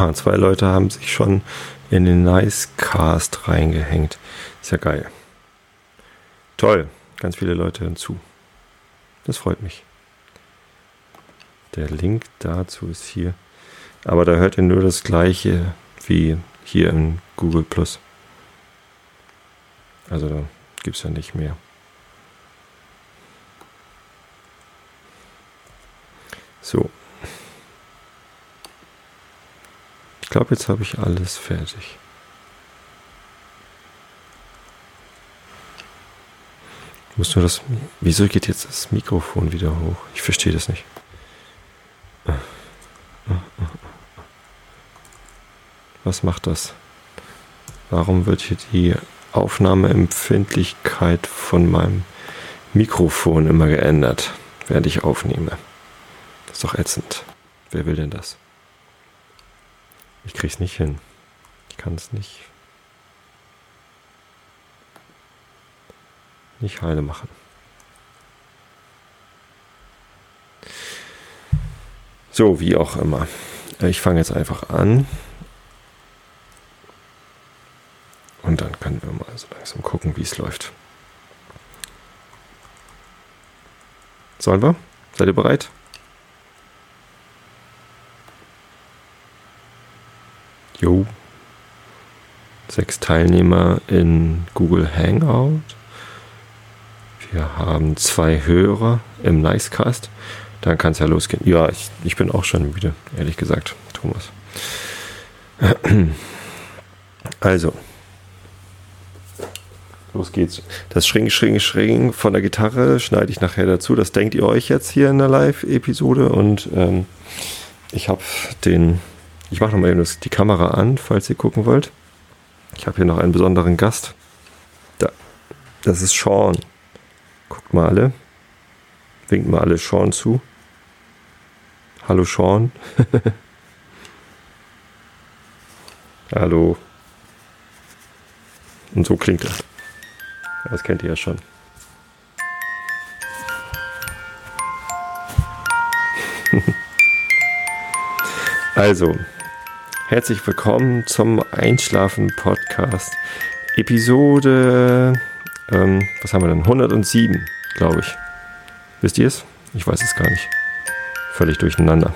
Aha, 2 Leute haben sich schon in den Nicecast reingehängt. Ist ja geil. Toll, ganz viele Leute hören zu. Das freut mich. Der Link dazu ist hier. Aber da hört ihr nur das gleiche wie hier in Google+. Also da gibt es ja nicht mehr. So. Ich glaube, jetzt habe ich alles fertig. Ich muss nur das... Wieso geht jetzt das Mikrofon wieder hoch? Ich verstehe das nicht. Was macht das? Warum wird hier die Aufnahmeempfindlichkeit von meinem Mikrofon immer geändert, während ich aufnehme? Das ist doch ätzend. Wer will denn das? Ich krieg's nicht hin. Ich kann es nicht heile machen. So, wie auch immer. Ich fange jetzt einfach an. Und dann können wir mal so langsam gucken, wie es läuft. Sollen wir? Seid ihr bereit? Jo. 6 Teilnehmer in Google Hangout. Wir haben 2 Hörer im Nicecast. Dann kann es ja losgehen. Ja, ich bin auch schon müde, ehrlich gesagt, Thomas. Also. Los geht's. Das Schring von der Gitarre schneide ich nachher dazu. Das denkt ihr euch jetzt hier in der Live-Episode. Und ich mache nochmal eben die Kamera an, falls ihr gucken wollt. Ich habe hier noch einen besonderen Gast. Das ist Sean. Guckt mal alle. Winkt mal alle Sean zu. Hallo Sean. Hallo. Und so klingt er. Das kennt ihr ja schon. Also, herzlich willkommen zum Einschlafen-Podcast. Episode, was haben wir denn? 107, glaube ich. Wisst ihr es? Ich weiß es gar nicht. Völlig durcheinander.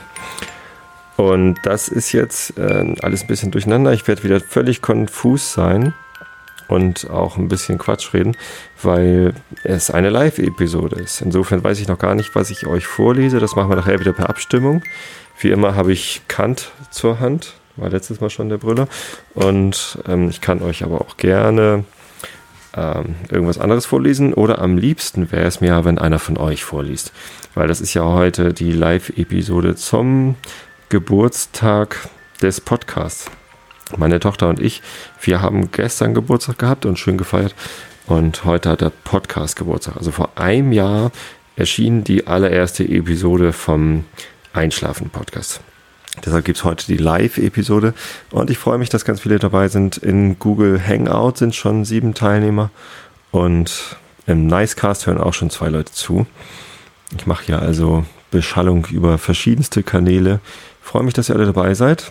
Und das ist jetzt alles ein bisschen durcheinander. Ich werde wieder völlig konfus sein und auch ein bisschen Quatsch reden, weil es eine Live-Episode ist. Insofern weiß ich noch gar nicht, was ich euch vorlese. Das machen wir nachher wieder per Abstimmung. Wie immer habe ich Kant zur Hand. War letztes Mal schon der Brüller. Und ich kann euch aber auch gerne irgendwas anderes vorlesen. Oder am liebsten wäre es mir, wenn einer von euch vorliest. Weil das ist ja heute die Live-Episode zum Geburtstag des Podcasts. Meine Tochter und ich, wir haben gestern Geburtstag gehabt und schön gefeiert. Und heute hat der Podcast Geburtstag. Also vor einem Jahr erschien die allererste Episode vom Einschlafen-Podcast. Deshalb gibt es heute die Live-Episode. Und ich freue mich, dass ganz viele dabei sind. In Google Hangout sind schon 7 Teilnehmer. Und im Nicecast hören auch schon 2 Leute zu. Ich mache hier also Beschallung über verschiedenste Kanäle. Ich freue mich, dass ihr alle dabei seid.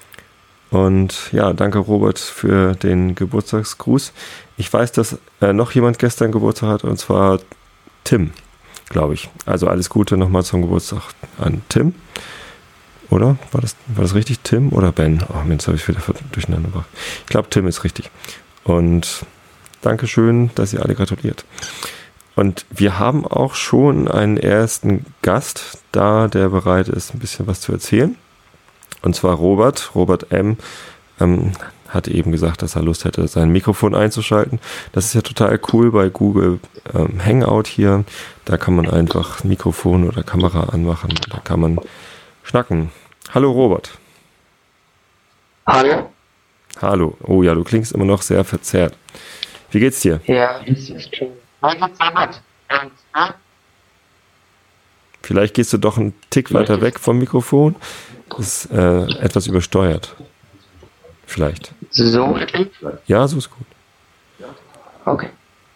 Und ja, danke Robert für den Geburtstagsgruß. Ich weiß, dass noch jemand gestern Geburtstag hat, und zwar Tim, glaube ich. Also alles Gute nochmal zum Geburtstag an Tim. Oder? War das richtig? Tim oder Ben? Ach Mensch, habe ich wieder durcheinander gebracht. Ich glaube, Tim ist richtig. Und Dankeschön, dass ihr alle gratuliert. Und wir haben auch schon einen ersten Gast da, der bereit ist, ein bisschen was zu erzählen. Und zwar Robert M. Hat eben gesagt, dass er Lust hätte, sein Mikrofon einzuschalten. Das ist ja total cool bei Google Hangout hier. Da kann man einfach Mikrofon oder Kamera anmachen. Da kann man schnacken. Hallo Robert. Hallo. Hallo. Oh ja, du klingst immer noch sehr verzerrt. Wie geht's dir? Ja, das ist schön. Vielleicht gehst du doch einen Tick weiter weg vom Mikrofon. Das ist etwas übersteuert. Vielleicht. So? Ja, so ist gut. Okay.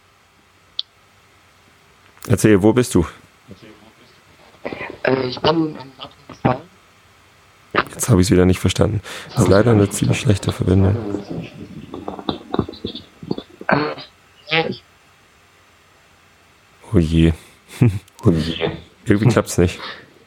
Erzähl, wo bist du? Ich bin in Nordrhein-Westfalen. Jetzt habe ich es wieder nicht verstanden. Das ist leider eine ziemlich schlechte Verbindung. Oh je. Irgendwie klappt es nicht.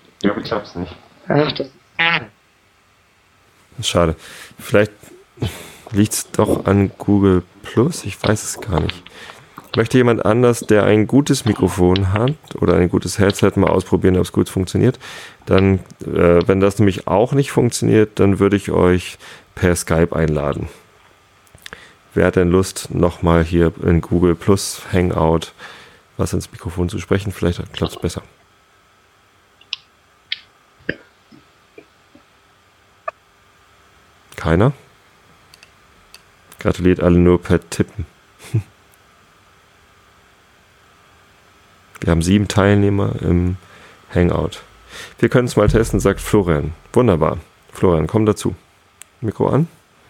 Schade. Vielleicht liegt es doch an Google Plus. Ich weiß es gar nicht. Möchte jemand anders, der ein gutes Mikrofon hat oder ein gutes Headset, mal ausprobieren, ob es gut funktioniert? Dann, wenn das nämlich auch nicht funktioniert, dann würde ich euch per Skype einladen. Wer hat denn Lust, nochmal hier in Google Plus Hangout was ins Mikrofon zu sprechen? Vielleicht klappt es besser. Keiner? Gratuliert alle nur per Tippen. Wir haben 7 Teilnehmer im Hangout. Wir können es mal testen, sagt Florian. Wunderbar. Florian, komm dazu. Mikro an.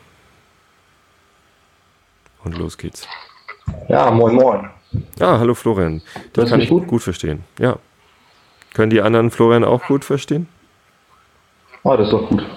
Und los geht's. Ja, moin moin. Ah, hallo Florian. Das kann ich gut verstehen. Ja. Können die anderen Florian auch gut verstehen? Ah, das ist doch gut.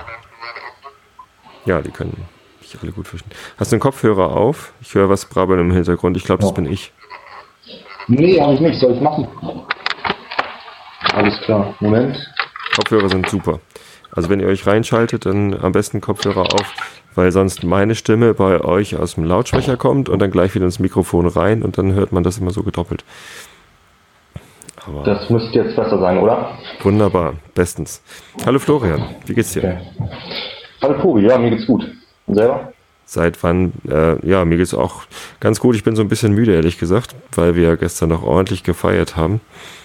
Ja, die können mich alle gut verstehen. Hast du einen Kopfhörer auf? Ich höre was brabbeln im Hintergrund. Ich glaube, das bin ich. Nee, habe ich nicht. Soll ich machen? Alles klar. Moment. Kopfhörer sind super. Also wenn ihr euch reinschaltet, dann am besten Kopfhörer auf, weil sonst meine Stimme bei euch aus dem Lautsprecher kommt und dann gleich wieder ins Mikrofon rein und dann hört man das immer so gedoppelt. Aber das müsste jetzt besser sein, oder? Wunderbar, bestens. Hallo Florian, wie geht's dir? Okay. Hallo Tobi, ja, mir geht's gut. Und selber? Seit wann? Ja, mir geht's auch ganz gut. Ich bin so ein bisschen müde, ehrlich gesagt, weil wir gestern noch ordentlich gefeiert haben.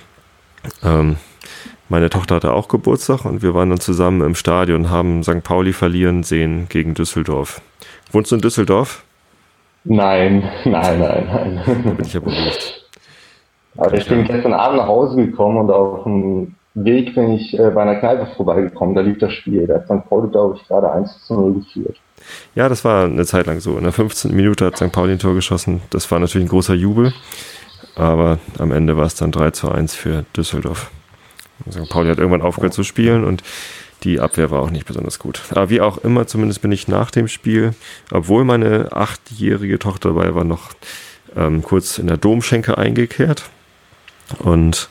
Meine Tochter hatte auch Geburtstag und wir waren dann zusammen im Stadion und haben St. Pauli verlieren sehen gegen Düsseldorf. Wohnst du in Düsseldorf? Nein. Da bin ich ja beruhigt. Aber ich bin gestern Abend nach Hause gekommen und auf dem Weg bin ich bei einer Kneipe vorbeigekommen. Da lief das Spiel. Da hat St. Pauli, glaube ich, gerade 1:0 geführt. Ja, das war eine Zeit lang so. In der 15. Minute hat St. Pauli ein Tor geschossen. Das war natürlich ein großer Jubel. Aber am Ende war es dann 3:1 für Düsseldorf. St. Pauli hat irgendwann aufgehört zu spielen und die Abwehr war auch nicht besonders gut. Aber wie auch immer, zumindest bin ich nach dem Spiel, obwohl meine 8-jährige Tochter dabei war, noch kurz in der Domschenke eingekehrt. Und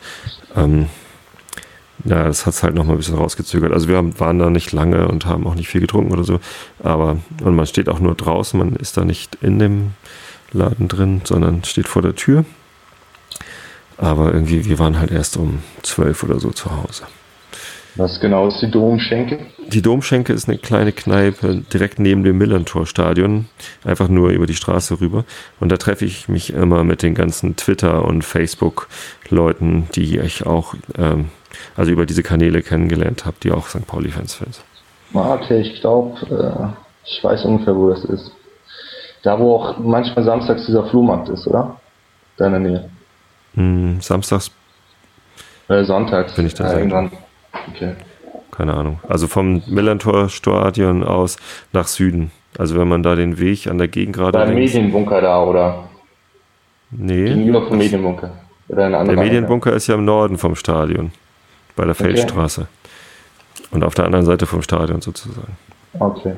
ja, das hat es halt noch mal ein bisschen rausgezögert. Also wir waren da nicht lange und haben auch nicht viel getrunken oder so. Und man steht auch nur draußen, man ist da nicht in dem Laden drin, sondern steht vor der Tür. Aber irgendwie, wir waren halt erst um 12 oder so zu Hause. Was genau ist die Domschenke? Die Domschenke ist eine kleine Kneipe direkt neben dem Millerntor-Stadion. Einfach nur über die Straße rüber. Und da treffe ich mich immer mit den ganzen Twitter- und Facebook-Leuten, die ich auch also über diese Kanäle kennengelernt habe, die auch St. Pauli-Fans sind. Okay, ich glaube, ich weiß ungefähr, wo das ist. Da, wo auch manchmal samstags dieser Flohmarkt ist, oder? Da in der Nähe. Samstags? Sonntags. Bin ich da irgendwann. Okay. Keine Ahnung. Also vom Millerntor-Stadion aus nach Süden. Also wenn man da den Weg an der Gegend gerade Beim Medienbunker da, oder? Nee. Gegenüber vom Medienbunker. Oder der Medienbunker ist ja im Norden vom Stadion. Bei der Feldstraße. Und auf der anderen Seite vom Stadion sozusagen. Okay.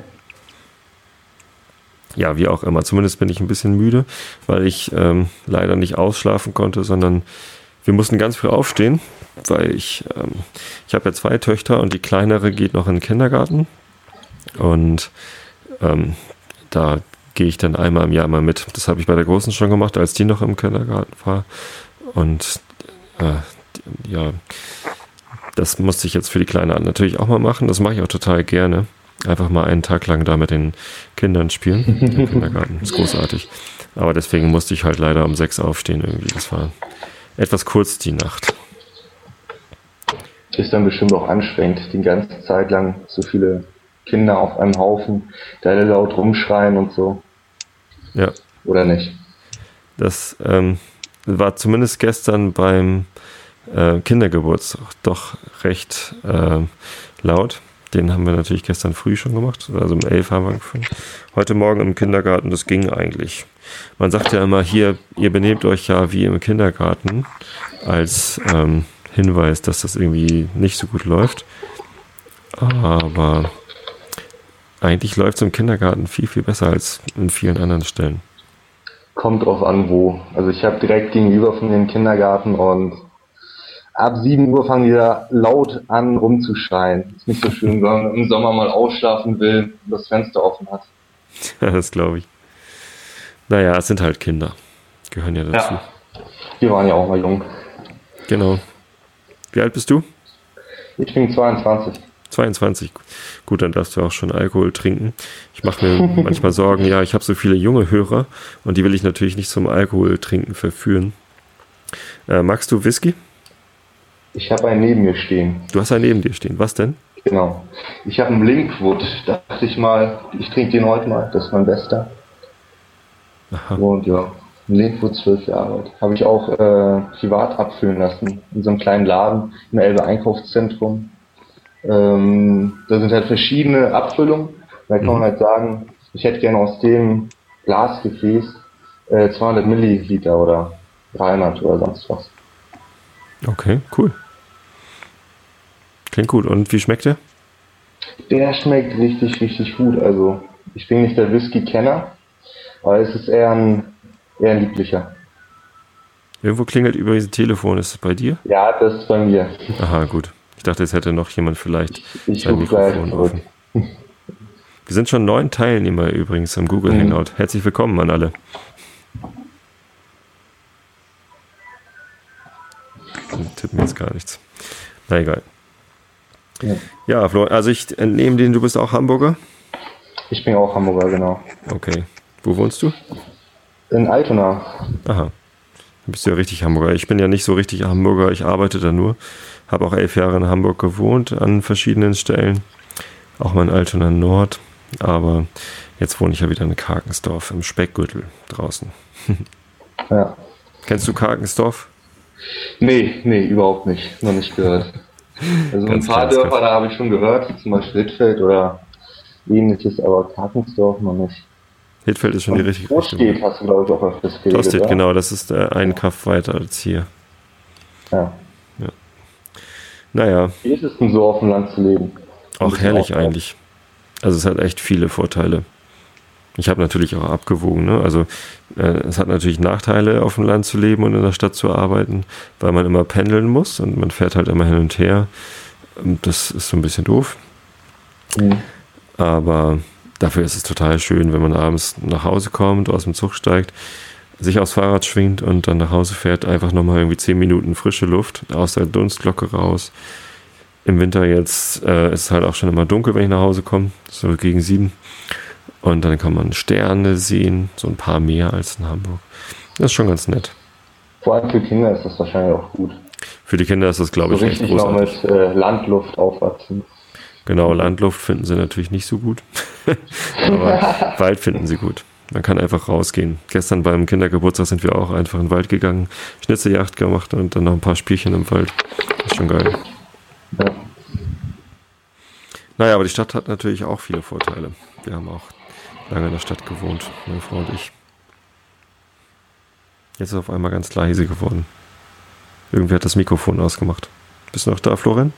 Ja, wie auch immer. Zumindest bin ich ein bisschen müde, weil ich leider nicht ausschlafen konnte, sondern wir mussten ganz früh aufstehen, weil ich habe ja 2 Töchter und die kleinere geht noch in den Kindergarten. Und da gehe ich dann einmal im Jahr mal mit. Das habe ich bei der Großen schon gemacht, als die noch im Kindergarten war. Und ja, das musste ich jetzt für die Kleine natürlich auch mal machen. Das mache ich auch total gerne. Einfach mal einen Tag lang da mit den Kindern spielen im Kindergarten. Das ist großartig. Aber deswegen musste ich halt leider um 6 aufstehen irgendwie. Das war etwas kurz die Nacht. Ist dann bestimmt auch anstrengend, die ganze Zeit lang so viele Kinder auf einem Haufen, da alle laut rumschreien und so. Ja. Oder nicht? Das war zumindest gestern beim Kindergeburtstag doch recht laut. Den haben wir natürlich gestern früh schon gemacht, also um 11 haben wir angefangen. Heute Morgen im Kindergarten, das ging eigentlich. Man sagt ja immer hier, ihr benehmt euch ja wie im Kindergarten, als Hinweis, dass das irgendwie nicht so gut läuft. aber eigentlich läuft es im Kindergarten viel, viel besser als in vielen anderen Stellen. Kommt drauf an, wo. Also ich habe direkt gegenüber von dem Kindergarten und ab 7 Uhr fangen die da laut an rumzuschreien. Ist nicht so schön, wenn man im Sommer mal ausschlafen will und das Fenster offen hat. Ja, das glaube ich. Naja, es sind halt Kinder. Gehören ja dazu. Ja, wir waren ja auch mal jung. Genau. Wie alt bist du? Ich bin 22. 22. Gut, dann darfst du auch schon Alkohol trinken. Ich mache mir manchmal Sorgen, ja, ich habe so viele junge Hörer und die will ich natürlich nicht zum Alkohol trinken verführen. Magst du Whisky? Ich habe einen neben mir stehen. Du hast einen neben dir stehen. Was denn? Genau. Ich habe einen Linkwood. Da dachte ich mal, ich trinke den heute mal. Das ist mein bester. Aha. Und ja, ein Linkwood 12 Jahre alt. Habe ich auch privat abfüllen lassen. In so einem kleinen Laden im Elbe Einkaufszentrum. Da sind halt verschiedene Abfüllungen. Da kann man halt sagen, ich hätte gerne aus dem Glasgefäß 200 Milliliter oder 300 oder sonst was. Okay, cool. Klingt gut. Und wie schmeckt der? Der schmeckt richtig, richtig gut. Also ich bin nicht der Whisky-Kenner, aber es ist eher ein lieblicher. Irgendwo klingelt übrigens ein Telefon. Ist es bei dir? Ja, das ist bei mir. Aha, gut. Ich dachte, jetzt hätte noch jemand vielleicht Ich sein rufe gleich Mikrofon zurück. offen. Wir sind schon 9 Teilnehmer übrigens am Google Hangout. Herzlich willkommen an alle. Die tippen jetzt gar nichts. Na egal. Ja, Florian, also ich entnehme den, du bist auch Hamburger? Ich bin auch Hamburger, genau. Okay. Wo wohnst du? In Altona. Aha. Dann bist du ja richtig Hamburger. Ich bin ja nicht so richtig Hamburger, ich arbeite da nur. Habe auch 11 Jahre in Hamburg gewohnt, an verschiedenen Stellen. Auch mal in Altona Nord. Aber jetzt wohne ich ja wieder in Karkensdorf, im Speckgürtel draußen. Ja. Kennst du Karkensdorf? Nee, überhaupt nicht. Noch nicht gehört. Also ein Ganz paar kleines Dörfer, Kaff. da habe ich schon gehört, zum Beispiel Rittfeld oder ähnliches, aber Karkensdorf noch nicht. Hittfeld ist schon die richtige Richtung. Tostedt hast du, glaube ich, auch öfters geredet, Tostedt, oder? genau, das ist ein Kaff weiter als hier. Ja. Naja, Wie ist es denn so, auf dem Land zu leben? auch herrlich eigentlich. Also es hat echt viele Vorteile. Ich habe natürlich auch abgewogen, ne? Also es hat natürlich Nachteile, auf dem Land zu leben und in der Stadt zu arbeiten, weil man immer pendeln muss und man fährt halt immer hin und her. Das ist so ein bisschen doof. Aber dafür ist es total schön, wenn man abends nach Hause kommt, aus dem Zug steigt, sich aufs Fahrrad schwingt und dann nach Hause fährt, einfach nochmal irgendwie 10 Minuten frische Luft aus der Dunstglocke raus. Im Winter jetzt ist es halt auch schon immer dunkel, wenn ich nach Hause komme, so gegen 7. Und dann kann man Sterne sehen, so ein paar mehr als in Hamburg. Das ist schon ganz nett. Vor allem für Kinder ist das wahrscheinlich auch gut. Für die Kinder ist das, glaube ich, So echt richtig noch großartig. mit Landluft aufwachsen. Genau, Landluft finden sie natürlich nicht so gut. Aber Wald finden sie gut. Man kann einfach rausgehen. Gestern beim Kindergeburtstag sind wir auch einfach in den Wald gegangen, Schnitzeljagd gemacht und dann noch ein paar Spielchen im Wald. Das ist schon geil. Ja. Naja, aber die Stadt hat natürlich auch viele Vorteile. Wir haben auch lange in der Stadt gewohnt, meine Frau und ich. Jetzt ist es auf einmal ganz leise geworden. Irgendwer hat das Mikrofon ausgemacht. Bist du noch da, Florian?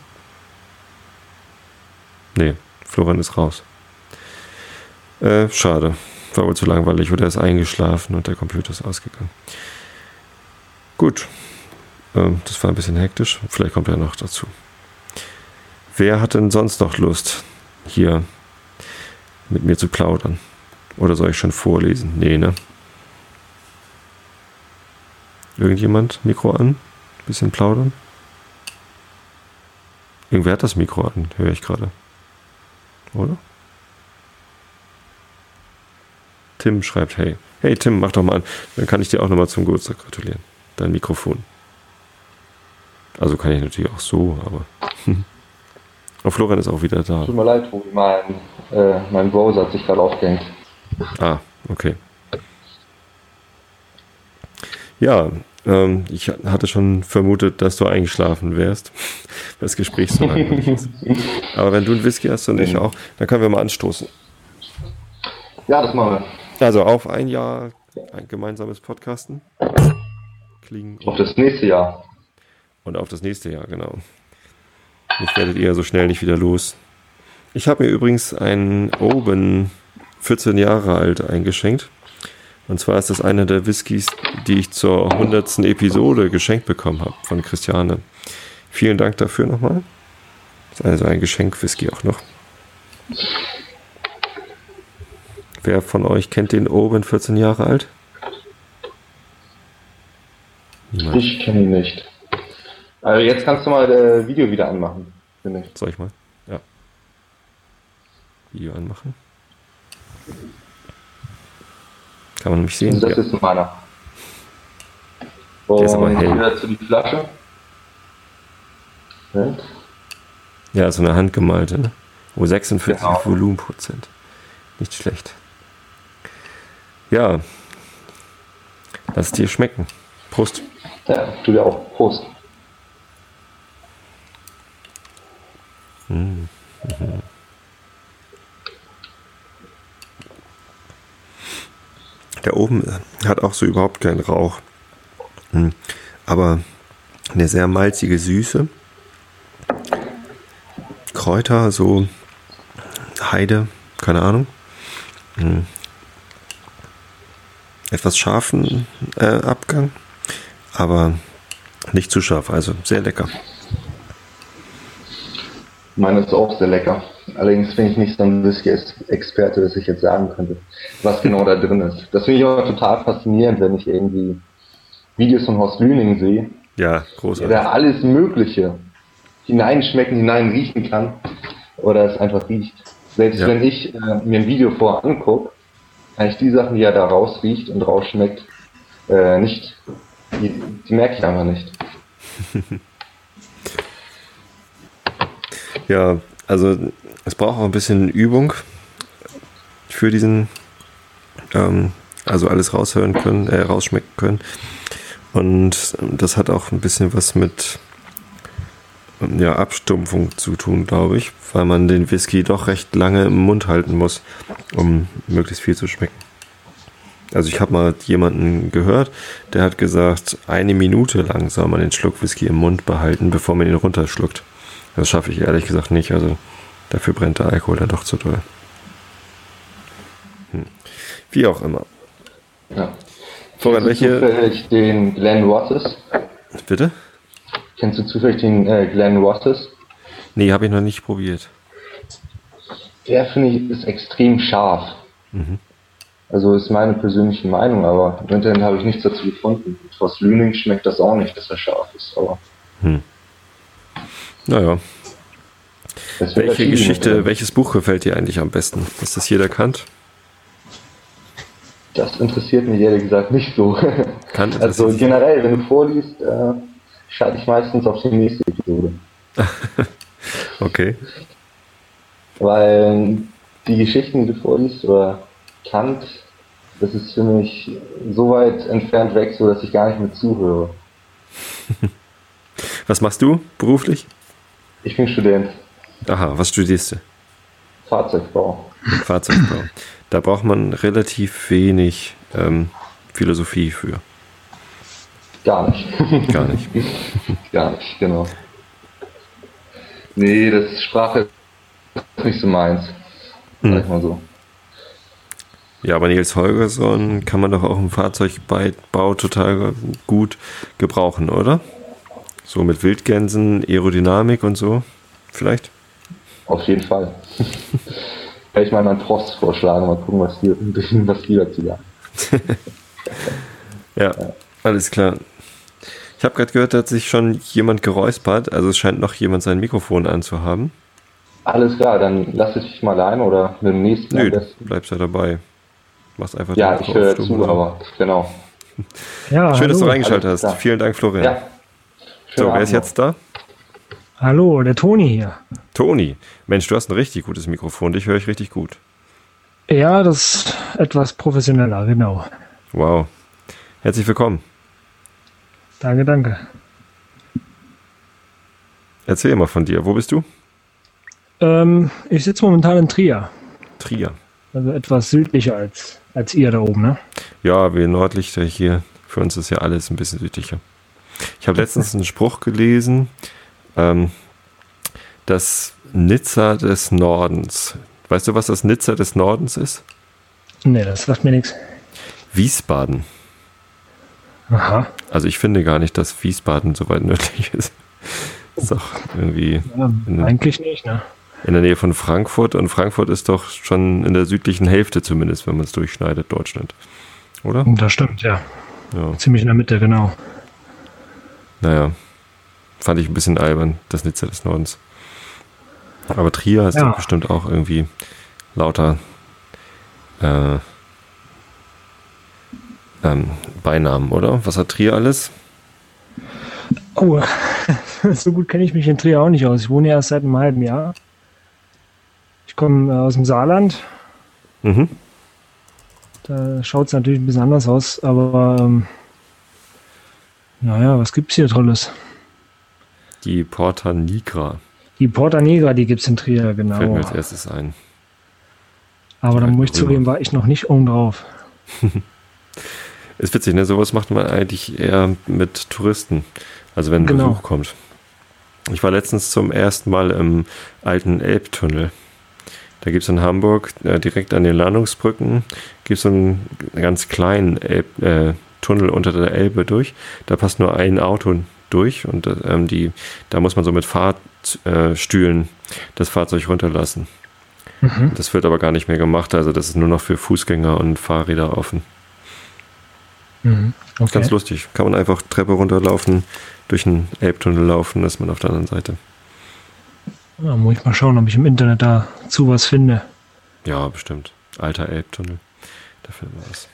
Nee, Florian ist raus. Schade. War wohl zu langweilig oder er ist eingeschlafen und der Computer ist ausgegangen. Gut. Das war ein bisschen hektisch. Vielleicht kommt er noch dazu. Wer hat denn sonst noch Lust, hier mit mir zu plaudern? Oder soll ich schon vorlesen? Nee, ne? Irgendjemand? Mikro an? Bisschen plaudern? Irgendwer hat das Mikro an, höre ich gerade. Oder? Tim schreibt, hey. Hey Tim, mach doch mal an. Dann kann ich dir auch nochmal zum Geburtstag gratulieren. Dein Mikrofon. Also kann ich natürlich auch so, aber... Und Florian ist auch wieder da. Tut mir leid, Tobi, mein Browser hat sich gerade aufgehängt. Ah, okay. Ja, ich hatte schon vermutet, dass du eingeschlafen wärst, weil das Gespräch so langweilig ist. Aber wenn du einen Whisky hast und ich auch, dann können wir mal anstoßen. Ja, das machen wir. Also auf ein Jahr, ein gemeinsames Podcasten. Klingen Auf das nächste Jahr. und auf das nächste Jahr, genau. Mich werdet ihr so schnell nicht wieder los. Ich habe mir übrigens einen Oban 14 Jahre alt eingeschenkt. Und zwar ist das einer der Whiskys, die ich zur 100. Episode geschenkt bekommen habe von Christiane. Vielen Dank dafür nochmal. Ist also ein Geschenk-Whisky auch noch. Wer von euch kennt den Oban 14 Jahre alt? Niemand. Ich kenne ihn nicht. Also jetzt kannst du mal das Video wieder anmachen, finde ich. Soll ich mal? Ja. Video anmachen. Kann man nämlich sehen. Also das ist meiner. Der ist aber hell. Wieder zu die Flasche. Ja, so eine handgemalte, ne? 46 genau. Volumenprozent. Nicht schlecht. Ja. Lass es dir schmecken. Prost. Ja, tu dir auch. Prost. Mhm. Der oben hat auch so überhaupt keinen Rauch. Aber eine sehr malzige Süße. Kräuter, so Heide, keine Ahnung. Etwas scharfen Abgang, aber nicht zu scharf, also sehr lecker. Meine ist auch sehr lecker. Allerdings bin ich nicht so ein Whisky-Experte, dass ich jetzt sagen könnte, was genau da drin ist. Das finde ich aber total faszinierend, wenn ich irgendwie Videos von Horst Lüning sehe. Ja, großartig. Der da alles Mögliche hineinschmecken, hineinriechen kann. Oder es einfach riecht. Selbst wenn ich mir ein Video vorher angucke, kann ich die Sachen, die er da rausriecht und rausschmeckt, nicht, die merke ich einfach nicht. Ja, also es braucht auch ein bisschen Übung für diesen, also alles raushören können, rausschmecken können. Und das hat auch ein bisschen was mit Abstumpfung zu tun, glaube ich, weil man den Whisky doch recht lange im Mund halten muss, um möglichst viel zu schmecken. Also ich habe mal jemanden gehört, der hat gesagt, 1 Minute lang soll man den Schluck Whisky im Mund behalten, bevor man ihn runterschluckt. Das schaffe ich ehrlich gesagt nicht, also dafür brennt der Alkohol dann doch zu doll. Wie auch immer. Ja. Florian, Kennst du zufällig den Glen Rosses? Bitte? Kennst du zufällig den Glen Rosses? Nee, habe ich noch nicht probiert. Der, finde ich, ist extrem scharf. Also ist meine persönliche Meinung, aber im Internet habe ich nichts dazu gefunden. Mit Horst Lüning schmeckt das auch nicht, dass er scharf ist. Aber Naja. Welche Geschichte, welches Buch gefällt dir eigentlich am besten? Ist das jeder Kant? Das interessiert mich ehrlich gesagt nicht so. Also sich. generell, wenn du vorliest, schalte ich meistens auf die nächste Episode. Okay. Weil die Geschichten, die du vorliest, oder Kant, das ist für mich so weit entfernt weg, so dass ich gar nicht mehr zuhöre. Was machst du beruflich? Ich bin Student. Aha, was studierst du? Fahrzeugbau. Fahrzeugbau. Da braucht man relativ wenig Philosophie für. Gar nicht. Gar nicht. Gar nicht, genau. Nee, das Sprache ist nicht so meins. Sag ich mal so. Ja, aber Nils Holgersson kann man doch auch im Fahrzeugbau total gut gebrauchen, oder? So mit Wildgänsen, Aerodynamik und so, vielleicht? Auf jeden Fall. Kann ich mal einen Prost vorschlagen, mal gucken, was die dazu sagen. Ja, alles klar. Ich habe gerade gehört, da hat sich schon jemand geräuspert, also es scheint noch jemand sein Mikrofon anzuhaben. Alles klar, dann lass ich dich mal allein oder mit dem nächsten. Nö, bleibst ja dabei. Machst einfach ja, ich höre zu, aber genau. Ja, schön, dass du reingeschaltet hast. Klar. Vielen Dank, Florian. Ja. So, wer ist jetzt da? Hallo, der Toni hier. Toni. Mensch, du hast ein richtig gutes Mikrofon. Dich höre ich richtig gut. Ja, das ist etwas professioneller, genau. Wow. Herzlich willkommen. Danke, danke. Erzähl mal von dir. Wo bist du? Ich sitze momentan in Trier. Trier. Also etwas südlicher als ihr da oben, ne? Ja, wir Nordlichter hier. Für uns ist ja alles ein bisschen südlicher. Ich habe letztens einen Spruch gelesen. das Nizza des Nordens. Weißt du, was das Nizza des Nordens ist? Nee, das sagt mir nichts. Wiesbaden. Aha. Also ich finde gar nicht, dass Wiesbaden so weit nördlich ist. Ist doch irgendwie Ja, eigentlich nicht, ne? in der Nähe von Frankfurt. Und Frankfurt ist doch schon in der südlichen Hälfte zumindest, wenn man es durchschneidet, Deutschland. Oder? Das stimmt, ja. Ja. Ziemlich in der Mitte, genau. Naja, fand ich ein bisschen albern, das Nizza des Nordens. Aber Trier ist doch bestimmt auch irgendwie lauter Beinamen, oder? Was hat Trier alles? Oh, so gut kenne ich mich in Trier auch nicht aus. Ich wohne ja erst seit einem halben Jahr. Ich komme aus dem Saarland. Mhm. Da schaut es natürlich ein bisschen anders aus, aber naja, was gibt's hier Tolles? Die Porta Nigra. Die Porta Nigra, die gibt's in Trier, genau. Fällt mir als erstes ein. Aber dann muss ich zugeben, war ich noch nicht oben drauf. Ist witzig, ne? Sowas macht man eigentlich eher mit Touristen. Also wenn ein Besuch kommt. Ich war letztens zum ersten Mal im alten Elbtunnel. Da gibt es in Hamburg, direkt an den Landungsbrücken, gibt es so einen ganz kleinen Tunnel unter der Elbe durch. Da passt nur ein Auto durch und da muss man so mit Fahrstühlen das Fahrzeug runterlassen. Mhm. Das wird aber gar nicht mehr gemacht, also das ist nur noch für Fußgänger und Fahrräder offen. Mhm. Okay. Ganz lustig. Kann man einfach Treppe runterlaufen, durch den Elbtunnel laufen, ist man auf der anderen Seite. Ja, muss ich mal schauen, ob ich im Internet dazu was finde. Ja, bestimmt. Alter Elbtunnel. Da finden wir was.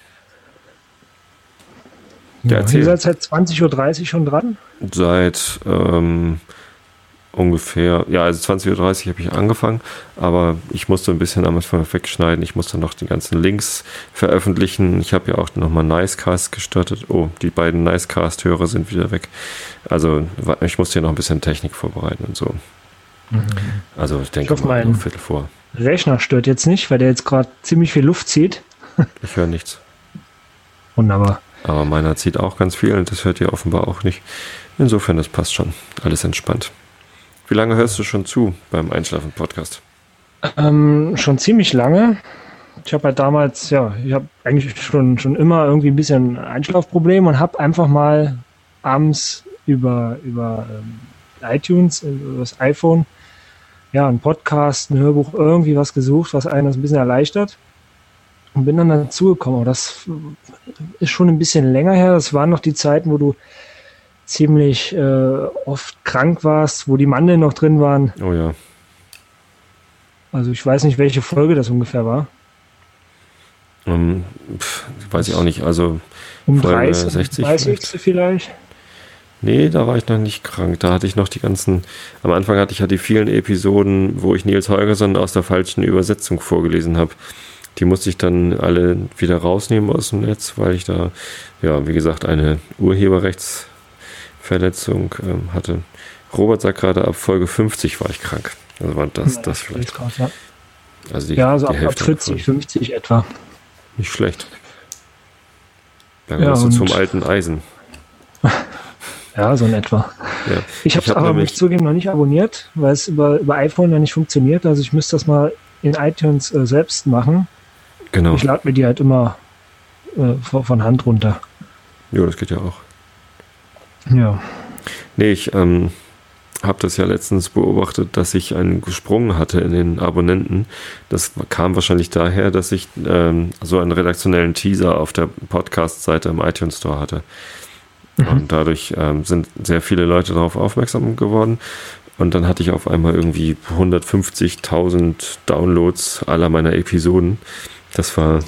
Ja, ihr seid seit 20.30 Uhr schon dran? Seit ungefähr, ja, also 20.30 Uhr habe ich angefangen, aber ich musste ein bisschen am Anfang wegschneiden. Ich musste noch die ganzen Links veröffentlichen. Ich habe ja auch nochmal Nicecast gestartet. Oh, die beiden Nicecast-Hörer sind wieder weg. Also ich musste hier noch ein bisschen Technik vorbereiten und so. Mhm. Also ich denke, ich hoffe, mein Viertel vor. Rechner stört jetzt nicht, weil der jetzt gerade ziemlich viel Luft zieht. Ich höre nichts. Wunderbar. Aber meiner zieht auch ganz viel und das hört ihr offenbar auch nicht. Insofern, das passt schon. Alles entspannt. Wie lange hörst du schon zu beim Einschlafen-Podcast? Schon ziemlich lange. Ich habe halt damals, ich habe eigentlich schon immer irgendwie ein bisschen Einschlafproblem und habe einfach mal abends über iTunes, über das iPhone, einen Podcast, ein Hörbuch, irgendwie was gesucht, was einen das ein bisschen erleichtert. Und bin dann dazugekommen. Aber das ist schon ein bisschen länger her. Das waren noch die Zeiten, wo du ziemlich oft krank warst, wo die Mandeln noch drin waren. Oh ja. Also ich weiß nicht, welche Folge das ungefähr war. Weiß ich auch nicht. Also um Folge 30 vielleicht. Nee, da war ich noch nicht krank. Da hatte ich noch am Anfang hatte ich ja die vielen Episoden, wo ich Nils Holgersson aus der falschen Übersetzung vorgelesen habe. Die musste ich dann alle wieder rausnehmen aus dem Netz, weil ich da, wie gesagt, eine Urheberrechtsverletzung hatte. Robert sagt gerade, ab Folge 50 war ich krank. Also war das vielleicht. Grad, ja. Also so ab 40, 50 etwa. Nicht schlecht. Dann bist du zum alten Eisen. Ja, so in etwa. Ja. Ich habe es aber, muss ich zugeben, noch nicht abonniert, weil es über iPhone ja nicht funktioniert. Also ich müsste das mal in iTunes selbst machen. Genau. Ich lade mir die halt immer von Hand runter. Ja, das geht ja auch. Ja. Nee, ich habe das ja letztens beobachtet, dass ich einen gesprungen hatte in den Abonnenten. Das kam wahrscheinlich daher, dass ich so einen redaktionellen Teaser auf der Podcast-Seite im iTunes Store hatte. Mhm. Und dadurch sind sehr viele Leute darauf aufmerksam geworden. Und dann hatte ich auf einmal irgendwie 150.000 Downloads aller meiner Episoden. Das war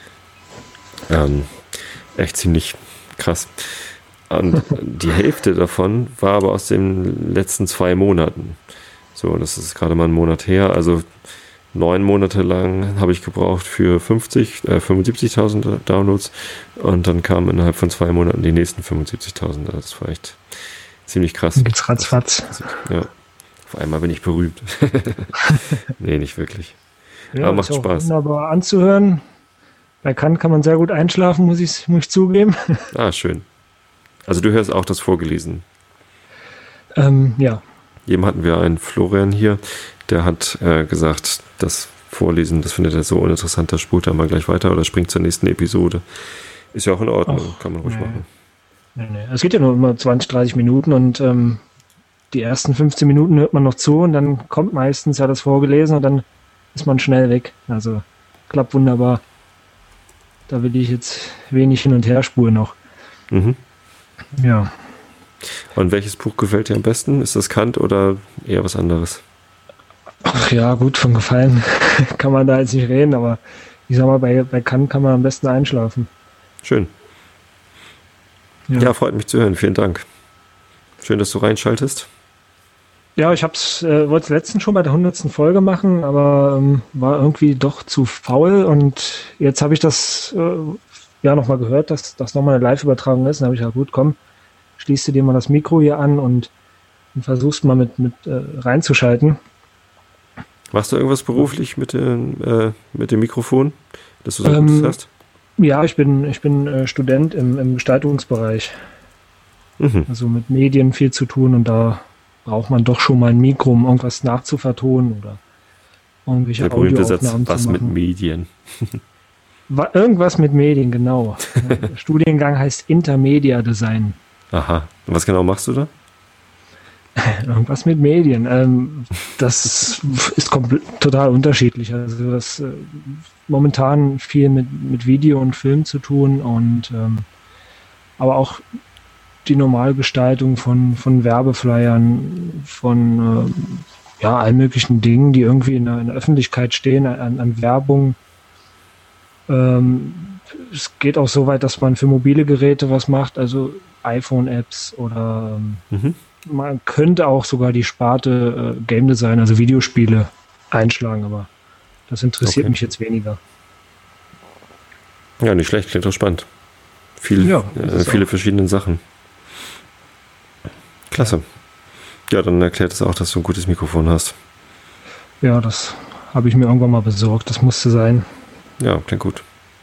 echt ziemlich krass. Und die Hälfte davon war aber aus den letzten 2 Monaten. So, das ist gerade mal einen Monat her. Also 9 Monate lang habe ich gebraucht für 75.000 Downloads. Und dann kamen innerhalb von 2 Monaten die nächsten 75.000. Das war echt ziemlich krass. Dann geht's ratzfatz. Ja. Auf einmal bin ich berühmt. Nee, nicht wirklich. Ja, aber macht Spaß. Wunderbar anzuhören. Bei kann man sehr gut einschlafen, muss ich zugeben. Ah, schön. Also du hörst auch das vorgelesen. Ja. Eben hatten wir einen Florian hier, der hat gesagt, das Vorlesen, das findet er so uninteressant, da spult er mal gleich weiter oder springt zur nächsten Episode. Ist ja auch in Ordnung, kann man ruhig machen. Nee. Es geht ja nur immer 20, 30 Minuten und die ersten 15 Minuten hört man noch zu und dann kommt meistens ja das vorgelesen und dann ist man schnell weg. Also klappt wunderbar. Da will ich jetzt wenig hin und her spuren noch. Mhm. Ja. Und welches Buch gefällt dir am besten? Ist das Kant oder eher was anderes? Ach ja, gut, von Gefallen kann man da jetzt nicht reden, aber ich sag mal, bei Kant kann man am besten einschlafen. Schön. Ja, freut mich zu hören. Vielen Dank. Schön, dass du reinschaltest. Ja, ich wollte es letztens schon bei der 100. Folge machen, aber war irgendwie doch zu faul und jetzt habe ich das nochmal gehört, dass das nochmal eine Live-Übertragung ist. Dann habe ich gesagt, gut, komm, schließt du dir mal das Mikro hier an und versuchst mal mit reinzuschalten. Machst du irgendwas beruflich mit dem Mikrofon, dass du so Gutes hast? Ja, ich bin Student im Gestaltungsbereich. Also mit Medien viel zu tun und da braucht man doch schon mal ein Mikro, um irgendwas nachzuvertonen oder irgendwelche Audioaufnahmen zu machen. Was mit Medien? Irgendwas mit Medien, genau. Der Studiengang heißt Intermedia Design. Aha. Und was genau machst du da? Irgendwas mit Medien. Das ist total unterschiedlich. Also das momentan viel mit Video und Film zu tun und aber auch die Normalgestaltung von Werbeflyern, von allen möglichen Dingen, die irgendwie in der Öffentlichkeit stehen, an Werbung. Es geht auch so weit, dass man für mobile Geräte was macht, also iPhone-Apps oder man könnte auch sogar die Sparte Game Design, also Videospiele, einschlagen, aber das interessiert mich jetzt weniger. Ja, nicht schlecht, klingt doch spannend. Viele verschiedene Sachen. Klasse. Ja, dann erklärt es auch, dass du ein gutes Mikrofon hast. Ja, das habe ich mir irgendwann mal besorgt. Das musste sein. Ja, klingt gut.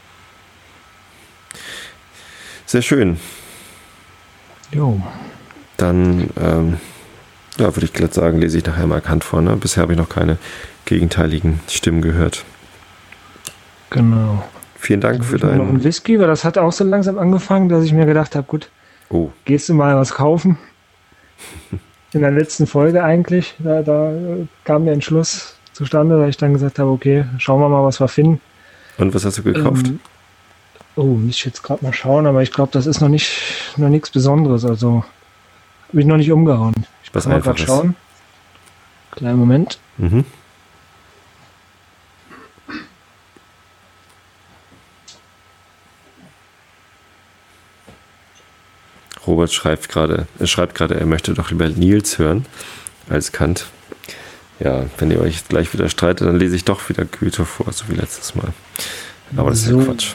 Sehr schön. Jo. Dann, würde ich glatt sagen, lese ich nachher mal Kant vor. Ne? Bisher habe ich noch keine gegenteiligen Stimmen gehört. Genau. Vielen Dank für noch einen Whisky, weil das hat auch so langsam angefangen, dass ich mir gedacht habe, gut, gehst du mal was kaufen? In der letzten Folge eigentlich, da kam der Entschluss zustande, dass ich dann gesagt habe, okay, schauen wir mal, was wir finden. Und was hast du gekauft? Muss ich jetzt gerade mal schauen, aber ich glaube, das ist noch nichts Besonderes, also habe ich noch nicht umgehauen. Ich was kann mal gerade schauen. Kleinen Moment. Robert schreibt gerade, er möchte doch lieber Nils hören als Kant. Ja, wenn ihr euch gleich wieder streitet, dann lese ich doch wieder Goethe vor, so wie letztes Mal. Aber das ist ja Quatsch.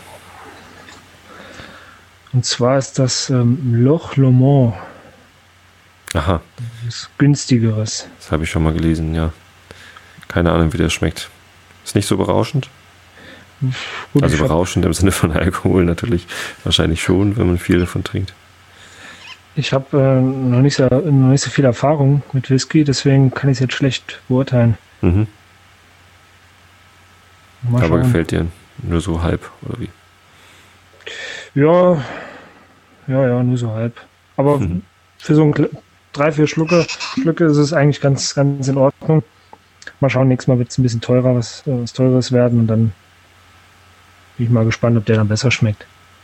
Und zwar ist das Loch Lomond. Aha. Das günstigeres. Das habe ich schon mal gelesen, ja. Keine Ahnung, wie der schmeckt. Ist nicht so berauschend? Gut, also berauschend im Sinne von Alkohol natürlich. Wahrscheinlich schon, wenn man viel davon trinkt. Ich habe noch nicht so viel Erfahrung mit Whisky, deswegen kann ich es jetzt schlecht beurteilen. Aber gefällt dir nur so halb, oder wie? Ja, nur so halb. Aber für so 3-4 Schlücke ist es eigentlich ganz, ganz in Ordnung. Mal schauen, nächstes Mal wird es ein bisschen teurer, was Teures werden und dann bin ich mal gespannt, ob der dann besser schmeckt.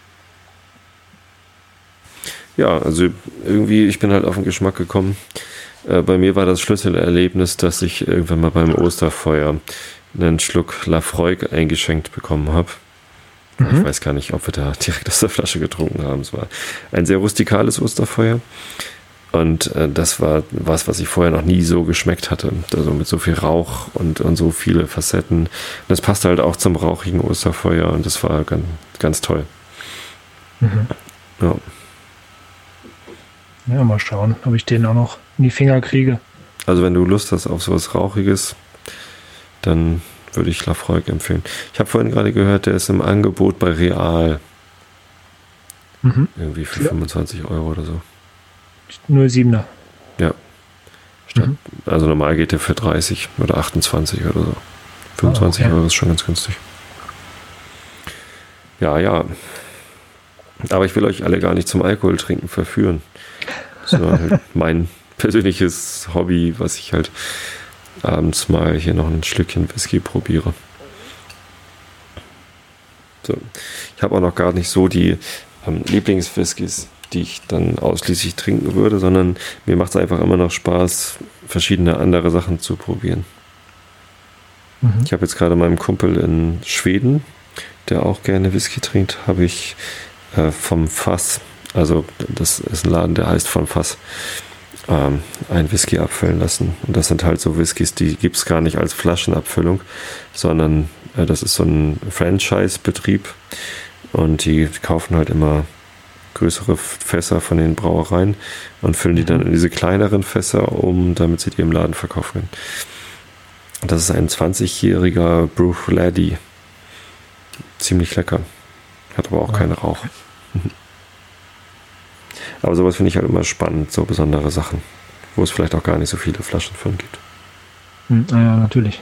Ja, also irgendwie, ich bin halt auf den Geschmack gekommen. Bei mir war das Schlüsselerlebnis, dass ich irgendwann mal beim Osterfeuer einen Schluck Lafroig eingeschenkt bekommen habe. Ich weiß gar nicht, ob wir da direkt aus der Flasche getrunken haben. Es war ein sehr rustikales Osterfeuer. Und das war was ich vorher noch nie so geschmeckt hatte. Also mit so viel Rauch und so viele Facetten. Und das passte halt auch zum rauchigen Osterfeuer und das war ganz, ganz toll. Ja. Ja, mal schauen, ob ich den auch noch in die Finger kriege. Also wenn du Lust hast auf sowas Rauchiges, dann würde ich Lafroig empfehlen. Ich habe vorhin gerade gehört, der ist im Angebot bei Real. Irgendwie für 25 € oder so. 0,7er. Ja. Also normal geht der für 30 oder 28 oder so. 25 Euro ist schon ganz günstig. Ja. Aber ich will euch alle gar nicht zum Alkohol trinken verführen. Das ist halt mein persönliches Hobby, was ich halt abends mal hier noch ein Schlückchen Whisky probiere. So. Ich habe auch noch gar nicht so die Lieblingswhiskys, die ich dann ausschließlich trinken würde, sondern mir macht es einfach immer noch Spaß, verschiedene andere Sachen zu probieren. Ich habe jetzt gerade meinem Kumpel in Schweden, der auch gerne Whisky trinkt, habe ich vom Fass, also das ist ein Laden, der heißt vom Fass, ein Whisky abfüllen lassen. Und das sind halt so Whiskys, die gibt es gar nicht als Flaschenabfüllung, sondern das ist so ein Franchise-Betrieb und die kaufen halt immer größere Fässer von den Brauereien und füllen die dann in diese kleineren Fässer um, damit sie die im Laden verkaufen können. Das ist ein 20-jähriger Bruichladdich. Ziemlich lecker. Hat aber auch keinen Rauch. Aber sowas finde ich halt immer spannend, so besondere Sachen, wo es vielleicht auch gar nicht so viele Flaschen von gibt. Ja, natürlich.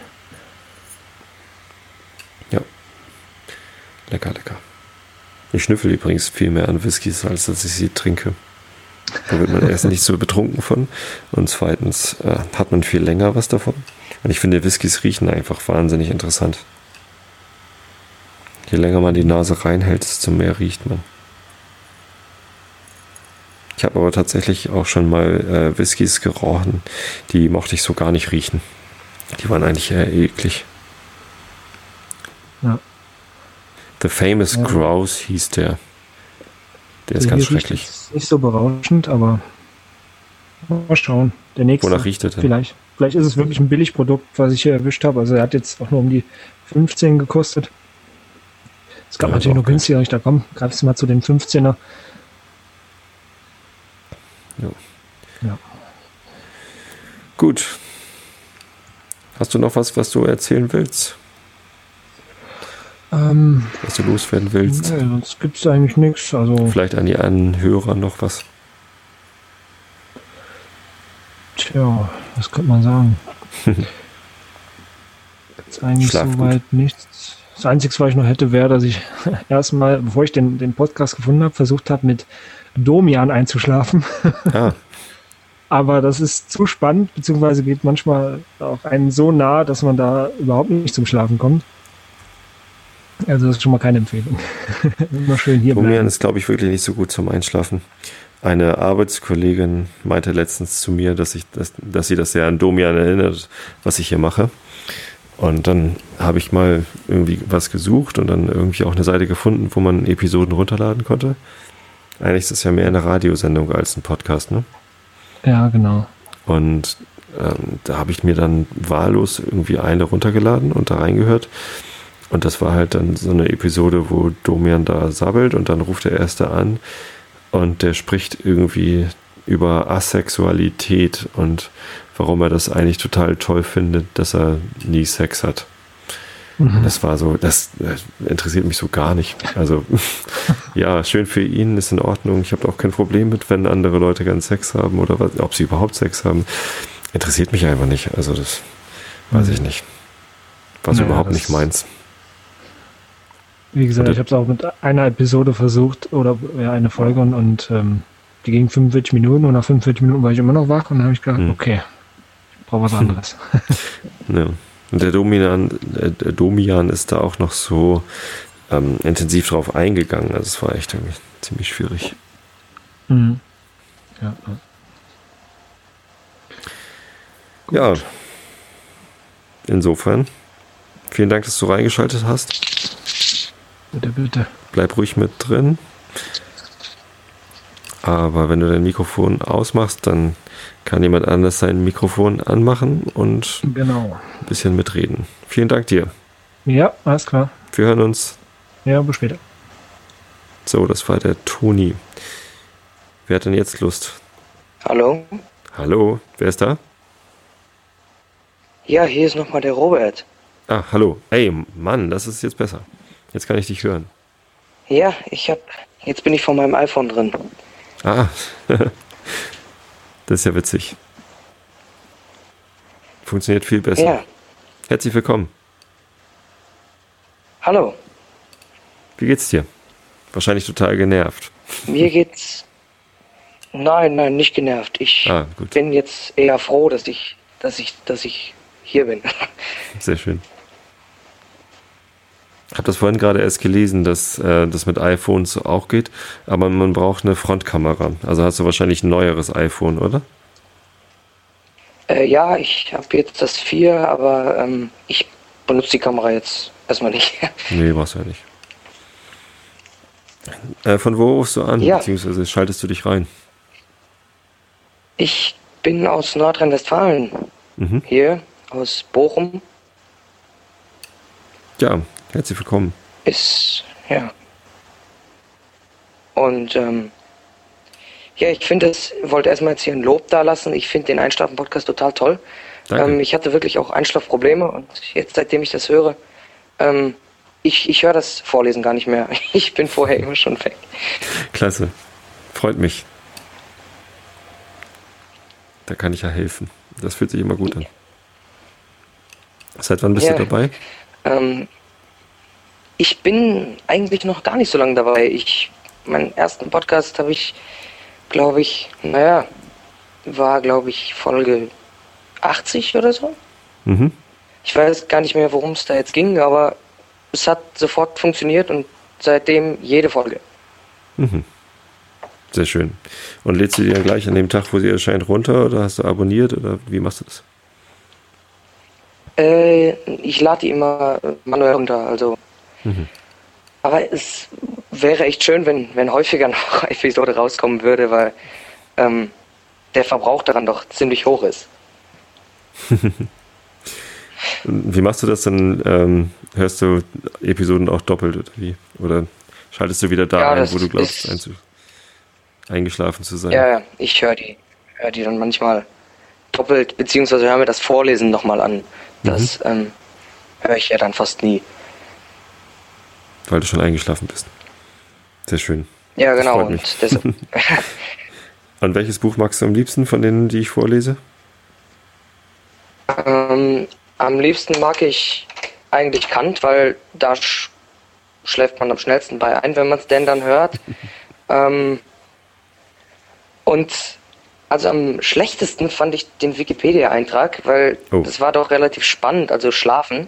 Ja. Lecker. Ich schnüffel übrigens viel mehr an Whiskys, als dass ich sie trinke. Da wird man erst nicht so betrunken von und zweitens hat man viel länger was davon. Und ich finde, Whiskys riechen einfach wahnsinnig interessant. Je länger man die Nase reinhält, desto mehr riecht man. Ich habe aber tatsächlich auch schon mal Whiskys gerochen, die mochte ich so gar nicht riechen. Die waren eigentlich eher eklig. Ja. The Famous Grouse hieß der. Der ist ganz schrecklich. Ist nicht so berauschend, aber mal schauen. Der nächste. Wonach riecht er denn? Vielleicht ist es wirklich ein Billigprodukt, was ich hier erwischt habe. Also er hat jetzt auch nur um die 15 gekostet. Es gab natürlich noch günstiger. Ich dachte, komm, greifst du mal zu den 15er. Ja. Gut. Hast du noch was du erzählen willst? Was du loswerden willst? Nee, sonst gibt es eigentlich nichts. Also, vielleicht an die Anhörer noch was? Tja, was könnte man sagen? Jetzt eigentlich soweit nichts. Das Einzige, was ich noch hätte, wäre, dass ich erstmal, bevor ich den Podcast gefunden habe, versucht habe, mit Domian einzuschlafen. Aber das ist zu spannend, beziehungsweise geht manchmal auch einen so nah, dass man da überhaupt nicht zum Schlafen kommt. Also das ist schon mal keine Empfehlung. Immer schön hier bleiben. Domian ist, glaube ich, wirklich nicht so gut zum Einschlafen. Eine Arbeitskollegin meinte letztens zu mir, dass sie das sehr an Domian erinnert, was ich hier mache. Und dann habe ich mal irgendwie was gesucht und dann irgendwie auch eine Seite gefunden, wo man Episoden runterladen konnte. Eigentlich ist das ja mehr eine Radiosendung als ein Podcast, ne? Ja, genau. Und da habe ich mir dann wahllos irgendwie eine runtergeladen und da reingehört. Und das war halt dann so eine Episode, wo Domian da sabbelt und dann ruft der Erste an und der spricht irgendwie über Asexualität und warum er das eigentlich total toll findet, dass er nie Sex hat. Das war so, das interessiert mich so gar nicht. Also ja, schön für ihn, ist in Ordnung. Ich habe auch kein Problem mit, wenn andere Leute gern Sex haben oder ob sie überhaupt Sex haben. Interessiert mich einfach nicht. Also das weiß ich nicht. War so überhaupt nicht meins. Wie gesagt, ich habe es auch mit einer Episode versucht oder eine Folge und die ging 45 Minuten und nach 45 Minuten war ich immer noch wach und dann habe ich gedacht, okay, ich brauche was anderes. Ja. Und der Domian ist da auch noch so intensiv drauf eingegangen. Also es war echt irgendwie ziemlich schwierig. Ja. Insofern, vielen Dank, dass du reingeschaltet hast. Bitte. Bleib ruhig mit drin. Aber wenn du dein Mikrofon ausmachst, dann kann jemand anders sein Mikrofon anmachen und ein bisschen mitreden. Vielen Dank dir. Ja, alles klar. Wir hören uns. Ja, bis später. So, das war der Toni. Wer hat denn jetzt Lust? Hallo? Hallo, wer ist da? Ja, hier ist nochmal der Robert. Ah, hallo. Ey, Mann, das ist jetzt besser. Jetzt kann ich dich hören. Ja, jetzt bin ich von meinem iPhone drin. Ah, das ist ja witzig. Funktioniert viel besser. Ja, Herzlich willkommen. hallo. Wie geht's dir? Wahrscheinlich total genervt. Mir geht's. Nein, nicht genervt. Ich Gut. bin jetzt eher froh, dass ich hier bin. Sehr schön. Ich habe das vorhin gerade erst gelesen, dass das mit iPhones auch geht, aber man braucht eine Frontkamera. Also hast du wahrscheinlich ein neueres iPhone, oder? Ja, ich habe jetzt das 4, aber ich benutze die Kamera jetzt erstmal nicht. Nee, brauchst du ja nicht. Von wo rufst du an? Ja. Beziehungsweise schaltest du dich rein? Ich bin aus Nordrhein-Westfalen. Mhm. Hier, aus Bochum. Ja, herzlich willkommen. Ja. Und ja, ich wollte erstmal jetzt hier ein Lob da lassen. Ich finde den Einschlafen-Podcast total toll. Danke. Ich hatte wirklich auch Einschlafprobleme und jetzt, seitdem ich das höre, ich höre das Vorlesen gar nicht mehr. Ich bin vorher immer schon weg. Klasse. Freut mich. Da kann ich ja helfen. Das fühlt sich immer gut an. Seit wann bist Ja. du dabei? Ich bin eigentlich noch gar nicht so lange dabei. Meinen ersten Podcast habe ich, glaube ich, war, glaube ich, Folge 80 oder so. Mhm. Ich weiß gar nicht mehr, worum es da jetzt ging, aber es hat sofort funktioniert und seitdem jede Folge. Mhm. Sehr schön. Und lädst du die dann gleich an dem Tag, wo sie erscheint, runter oder hast du abonniert oder wie machst du das? Ich lade die immer manuell runter, also. Mhm. Aber es wäre echt schön, wenn häufiger noch Episode rauskommen würde, weil der Verbrauch daran doch ziemlich hoch ist. Wie machst du das dann? Hörst du Episoden auch doppelt oder wie? Oder schaltest du wieder da Ja, ein, das wo du glaubst, ist- eingeschlafen zu sein? Ja, ich höre die dann manchmal doppelt, beziehungsweise höre mir das Vorlesen nochmal an. Das höre ich ja dann fast nie. Weil du schon eingeschlafen bist. Sehr schön. Ja, Das genau. freut Und mich. deshalb, Und welches Buch magst du am liebsten von denen, die ich vorlese? am liebsten mag ich eigentlich Kant, weil da schläft man am schnellsten bei ein, wenn man es denn dann hört. Und also am schlechtesten fand ich den Wikipedia-Eintrag, weil Oh. das war doch relativ spannend, also Schlafen.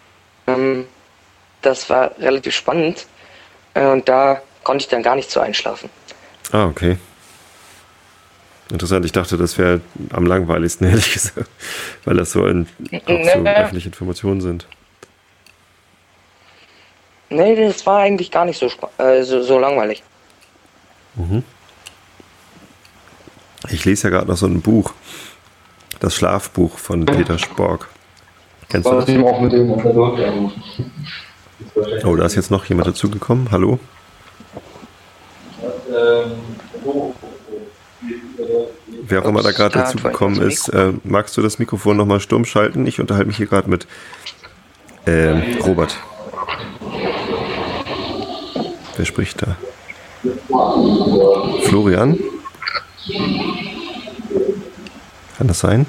Das war relativ spannend und da konnte ich dann gar nicht so einschlafen. Ah, okay. Interessant, ich dachte, das wäre am langweiligsten, ehrlich gesagt, weil das so, auch so öffentliche Informationen sind. Nee, das war eigentlich gar nicht so langweilig. Ich lese ja gerade noch so ein Buch, das Schlafbuch von Peter Spork. Kennst du War das? das eben auch mit dem Unterdruck? Oh, da ist jetzt noch jemand dazugekommen. Hallo? Wer auch immer da gerade Ja, dazugekommen das ist, magst du das Mikrofon nochmal stumm schalten? Ich unterhalte mich hier gerade mit Robert. Wer spricht da? Florian? Kann das sein?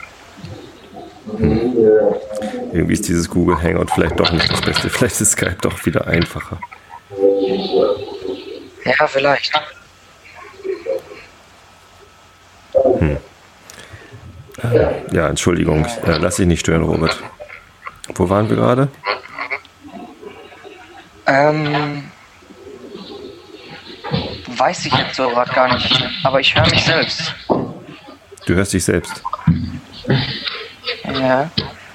Irgendwie ist dieses Google Hangout vielleicht doch nicht das Beste. Vielleicht ist Skype doch wieder einfacher. Ja, vielleicht. Ja, Entschuldigung. Lass dich nicht stören, Robert. Wo waren wir gerade? Weiß ich jetzt so gerade gar nicht, aber ich höre mich selbst. Du hörst dich selbst. Ja.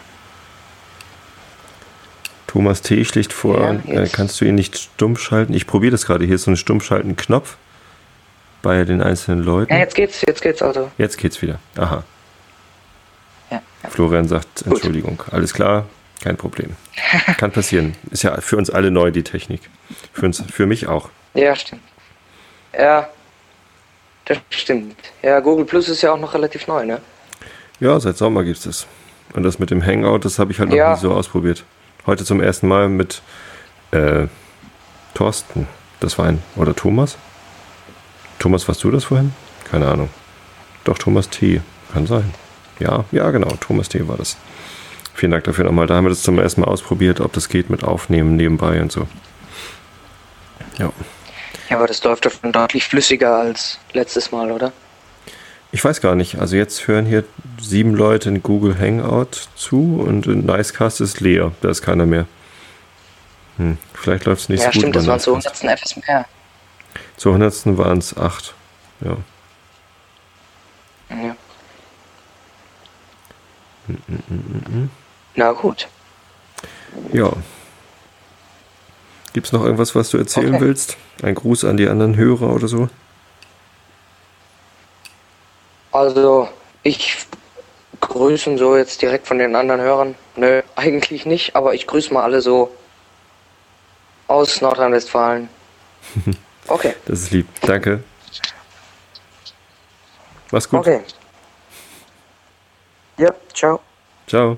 Thomas T. schlägt vor, Ja, jetzt. kannst du ihn nicht stumm schalten? Ich probiere das gerade. Hier ist so ein Stummschalten-Knopf bei den einzelnen Leuten. Ja, jetzt geht's also. Jetzt geht's wieder. Aha. Ja. Florian sagt, Entschuldigung. Alles klar, kein Problem. Kann passieren. Ist ja für uns alle neu, die Technik. Für mich auch. Ja, stimmt. Ja, das stimmt. Ja, Google Plus ist ja auch noch relativ neu, ne? Ja, seit Sommer gibt's das. Und das mit dem Hangout, das habe ich halt noch Ja. nie so ausprobiert. Heute zum ersten Mal mit Thorsten. Das war oder Thomas? Thomas, warst du das vorhin? Keine Ahnung. Doch, Thomas T. Kann sein. Ja, genau, Thomas T. war das. Vielen Dank dafür nochmal. Da haben wir das zum ersten Mal ausprobiert, ob das geht mit Aufnehmen nebenbei und so. Ja. Ja, aber das läuft doch schon deutlich flüssiger als letztes Mal, oder? Ich weiß gar nicht. Also jetzt hören hier 7 Leute in Google Hangout zu und in Nicecast ist leer. Da ist keiner mehr. Vielleicht läuft es nicht so gut. Ja, stimmt, das waren zu 100. etwas mehr. Zu 100. waren es 8. Ja. Ja. Na gut. Ja. Gibt es noch irgendwas, was du erzählen willst? Ein Gruß an die anderen Hörer oder so? Also, ich grüße so jetzt direkt von den anderen Hörern. Nö, eigentlich nicht, aber ich grüße mal alle so aus Nordrhein-Westfalen. Okay. Das ist lieb. Danke. Mach's gut. Okay. Ja, ciao. Ciao.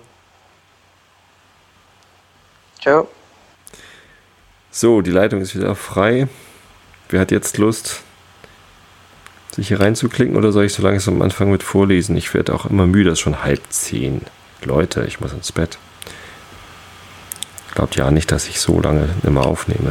Ciao. So, die Leitung ist wieder frei. Wer hat jetzt Lust, sich hier reinzuklicken, oder soll ich so langsam anfangen mit Vorlesen? Ich werde auch immer müde, es ist schon 9:30. Leute, ich muss ins Bett. Glaubt ja nicht, dass ich so lange immer aufnehme.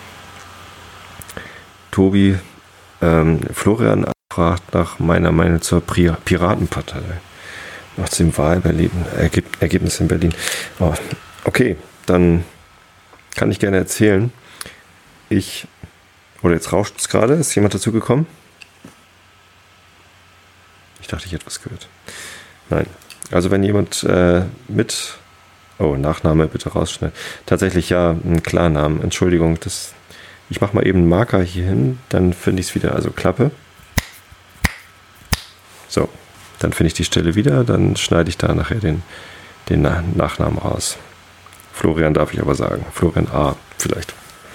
Tobi, Florian fragt nach meiner Meinung zur Piratenpartei. Nach dem Wahlergebnis in Berlin. Oh, okay, dann kann ich gerne erzählen. Jetzt rauscht es gerade. Ist jemand dazugekommen? Ich dachte, ich hätte was gehört. Nein. Also wenn jemand Nachname bitte rausschneiden. Tatsächlich ja, ein Klarnamen. Entschuldigung, ich mache mal eben einen Marker hier hin, dann finde ich es wieder. Also Klappe. So, dann finde ich die Stelle wieder, dann schneide ich da nachher den Nachnamen raus. Florian darf ich aber sagen. Florian A. vielleicht.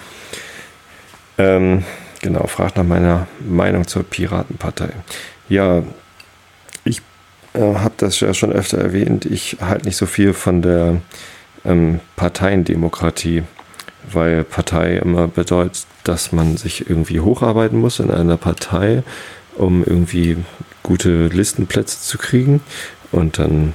Genau, fragt nach meiner Meinung zur Piratenpartei. Ja, ich habe das ja schon öfter erwähnt. Ich halte nicht so viel von der Parteiendemokratie, weil Partei immer bedeutet, dass man sich irgendwie hocharbeiten muss in einer Partei, um irgendwie gute Listenplätze zu kriegen und dann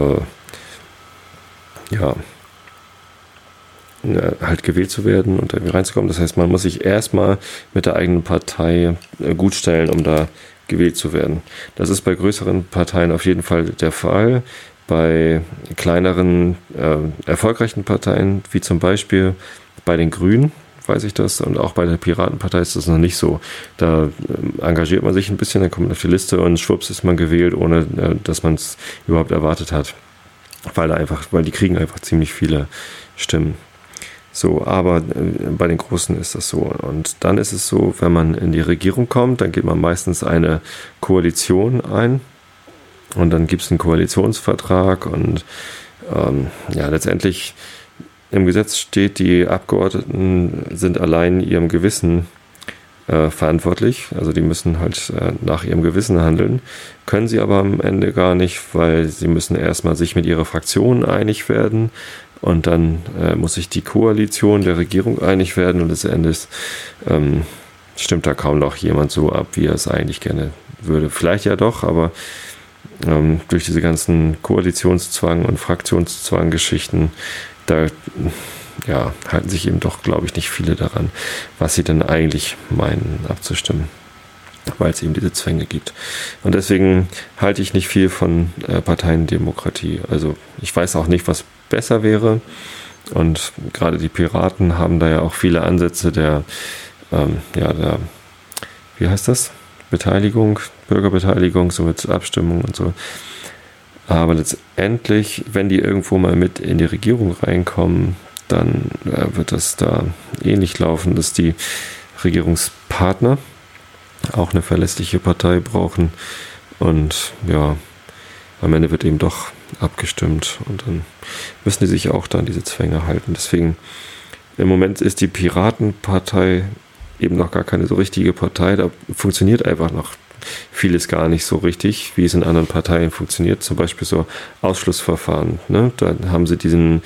halt gewählt zu werden und irgendwie reinzukommen. Das heißt, man muss sich erstmal mit der eigenen Partei gut stellen, um da gewählt zu werden. Das ist bei größeren Parteien auf jeden Fall der Fall. Bei kleineren, erfolgreichen Parteien, wie zum Beispiel bei den Grünen, weiß ich das, und auch bei der Piratenpartei ist das noch nicht so. Da engagiert man sich ein bisschen, dann kommt man auf die Liste und schwupps ist man gewählt, ohne dass man es überhaupt erwartet hat. Weil die kriegen einfach ziemlich viele Stimmen. So, aber bei den Großen ist das so. Und dann ist es so, wenn man in die Regierung kommt, dann geht man meistens eine Koalition ein und dann gibt es einen Koalitionsvertrag und letztendlich im Gesetz steht, die Abgeordneten sind allein ihrem Gewissen verantwortlich. Also die müssen halt nach ihrem Gewissen handeln, können sie aber am Ende gar nicht, weil sie müssen erstmal sich mit ihrer Fraktion einig werden. Und dann muss sich die Koalition der Regierung einig werden und letzten Endes stimmt da kaum noch jemand so ab, wie er es eigentlich gerne würde. Vielleicht ja doch, aber durch diese ganzen Koalitionszwang und Fraktionszwang-Geschichten, da halten sich eben doch, glaube ich, nicht viele daran, was sie denn eigentlich meinen abzustimmen, weil es eben diese Zwänge gibt. Und deswegen halte ich nicht viel von Parteiendemokratie. Also ich weiß auch nicht, was besser wäre. Und gerade die Piraten haben da ja auch viele Ansätze der wie heißt das? Beteiligung, Bürgerbeteiligung, so mit Abstimmung und so. Aber letztendlich, wenn die irgendwo mal mit in die Regierung reinkommen, dann wird das da ähnlich laufen, dass die Regierungspartner auch eine verlässliche Partei brauchen. Und ja, am Ende wird eben doch abgestimmt und dann müssen die sich auch da an diese Zwänge halten. Deswegen, im Moment ist die Piratenpartei eben noch gar keine so richtige Partei. Da funktioniert einfach noch vieles gar nicht so richtig, wie es in anderen Parteien funktioniert. Zum Beispiel so Ausschlussverfahren. Ne? Da haben sie diesen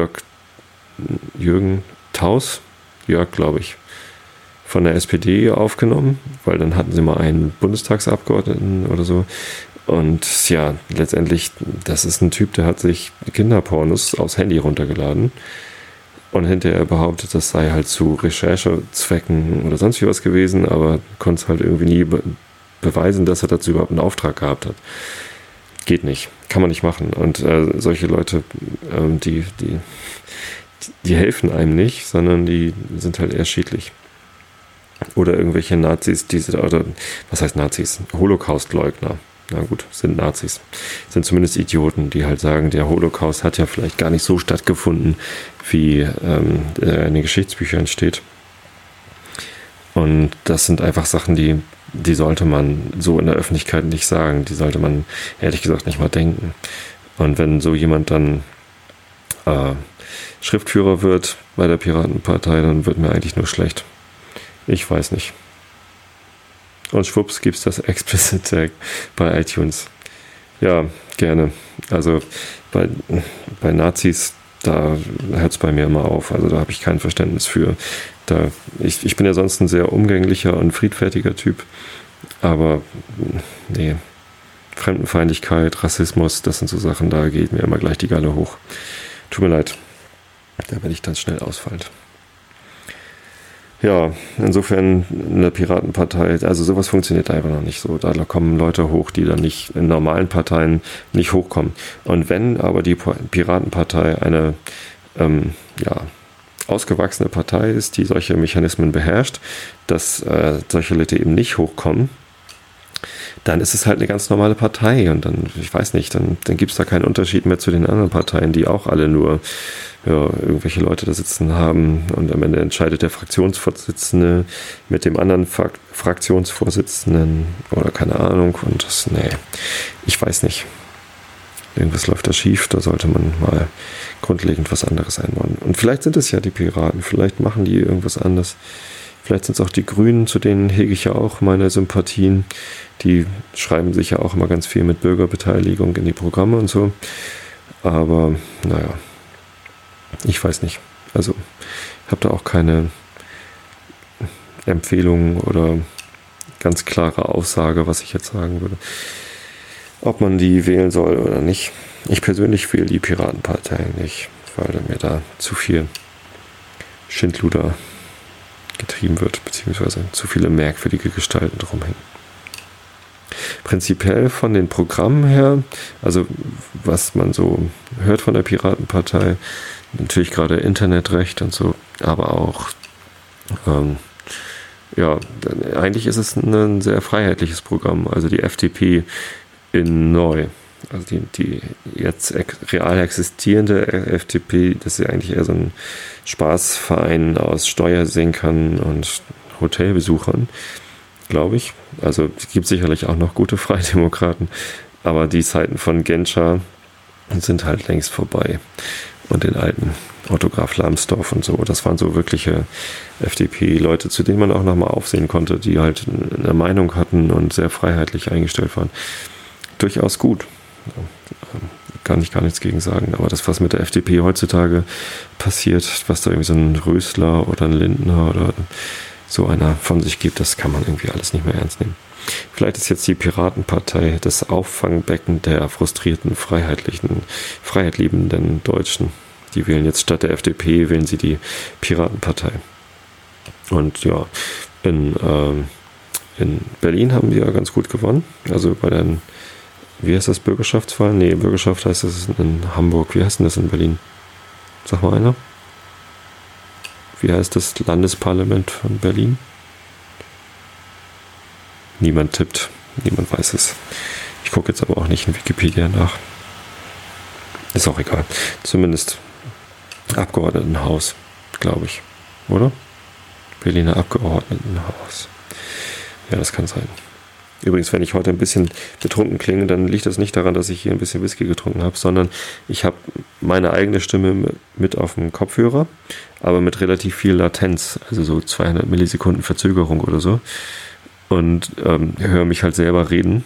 Jürgen Taus, Jörg, glaube ich, von der SPD aufgenommen, weil dann hatten sie mal einen Bundestagsabgeordneten oder so. Und ja, letztendlich, das ist ein Typ, der hat sich Kinderpornos aufs Handy runtergeladen und hinterher behauptet, das sei halt zu Recherchezwecken oder sonst wie was gewesen, aber konnte es halt irgendwie nie beweisen, dass er dazu überhaupt einen Auftrag gehabt hat. Geht nicht, kann man nicht machen. Und solche Leute, die helfen einem nicht, sondern die sind halt eher schädlich. Oder irgendwelche Nazis, oder was heißt Nazis? Holocaust-Leugner. Na gut, sind Nazis. Sind zumindest Idioten, die halt sagen, der Holocaust hat ja vielleicht gar nicht so stattgefunden, wie in den Geschichtsbüchern steht. Und das sind einfach Sachen, die sollte man so in der Öffentlichkeit nicht sagen. Die sollte man ehrlich gesagt nicht mal denken. Und wenn so jemand dann Schriftführer wird bei der Piratenpartei, dann wird mir eigentlich nur schlecht. Ich weiß nicht. Und schwupps gibt's das Explicit Tag bei iTunes. Ja, gerne. Also bei Nazis, da hört's bei mir immer auf. Also da habe ich kein Verständnis für. Ich bin ja sonst ein sehr umgänglicher und friedfertiger Typ. Aber nee, Fremdenfeindlichkeit, Rassismus, das sind so Sachen, da geht mir immer gleich die Galle hoch. Tut mir leid. Da werde ich dann schnell ausfallend. Ja, insofern eine Piratenpartei, also sowas funktioniert einfach noch nicht so. Da kommen Leute hoch, die dann nicht in normalen Parteien nicht hochkommen. Und wenn aber die Piratenpartei eine ausgewachsene Partei ist, die solche Mechanismen beherrscht, dass solche Leute eben nicht hochkommen, dann ist es halt eine ganz normale Partei und dann, ich weiß nicht, dann gibt es da keinen Unterschied mehr zu den anderen Parteien, die auch alle nur irgendwelche Leute da sitzen haben und am Ende entscheidet der Fraktionsvorsitzende mit dem anderen Fraktionsvorsitzenden oder keine Ahnung und ich weiß nicht. Irgendwas läuft da schief, da sollte man mal grundlegend was anderes einbauen. Und vielleicht sind es ja die Piraten, vielleicht machen die irgendwas anders. Vielleicht sind es auch die Grünen, zu denen hege ich ja auch meine Sympathien. Die schreiben sich ja auch immer ganz viel mit Bürgerbeteiligung in die Programme und so. Aber naja, ich weiß nicht. Also ich habe da auch keine Empfehlung oder ganz klare Aussage, was ich jetzt sagen würde. Ob man die wählen soll oder nicht. Ich persönlich wähle die Piratenpartei nicht, weil mir da zu viel Schindluder getrieben wird, beziehungsweise zu viele merkwürdige Gestalten drumhängen. Prinzipiell von den Programmen her, also was man so hört von der Piratenpartei, natürlich gerade Internetrecht und so, aber auch eigentlich ist es ein sehr freiheitliches Programm, also die FDP in neu. Also die jetzt real existierende FDP, das ist ja eigentlich eher so ein Spaßverein aus Steuersenkern und Hotelbesuchern, glaube ich. Also es gibt sicherlich auch noch gute Freidemokraten, aber die Zeiten von Genscher sind halt längst vorbei. Und den alten Otto Graf Lambsdorff und so, das waren so wirkliche FDP-Leute, zu denen man auch nochmal aufsehen konnte, die halt eine Meinung hatten und sehr freiheitlich eingestellt waren. Durchaus gut. Kann ich gar nichts gegen sagen. Aber das, was mit der FDP heutzutage passiert, was da irgendwie so ein Rösler oder ein Lindner oder so einer von sich gibt, das kann man irgendwie alles nicht mehr ernst nehmen. Vielleicht ist jetzt die Piratenpartei das Auffangbecken der frustrierten, freiheitliebenden Deutschen. Die wählen jetzt statt der FDP, wählen sie die Piratenpartei. Und ja, in Berlin haben die ja ganz gut gewonnen. Also bei den wie heißt das, Bürgerschaftswahl? Nee, Bürgerschaft heißt das in Hamburg. Wie heißt denn das in Berlin? Sag mal einer. Wie heißt das Landesparlament von Berlin? Niemand tippt. Niemand weiß es. Ich gucke jetzt aber auch nicht in Wikipedia nach. Ist auch egal. Zumindest Abgeordnetenhaus, glaube ich. Oder? Berliner Abgeordnetenhaus. Ja, das kann sein. Übrigens, wenn ich heute ein bisschen betrunken klinge, dann liegt das nicht daran, dass ich hier ein bisschen Whisky getrunken habe, sondern ich habe meine eigene Stimme mit auf dem Kopfhörer, aber mit relativ viel Latenz, also so 200 Millisekunden Verzögerung oder so. Und höre mich halt selber reden,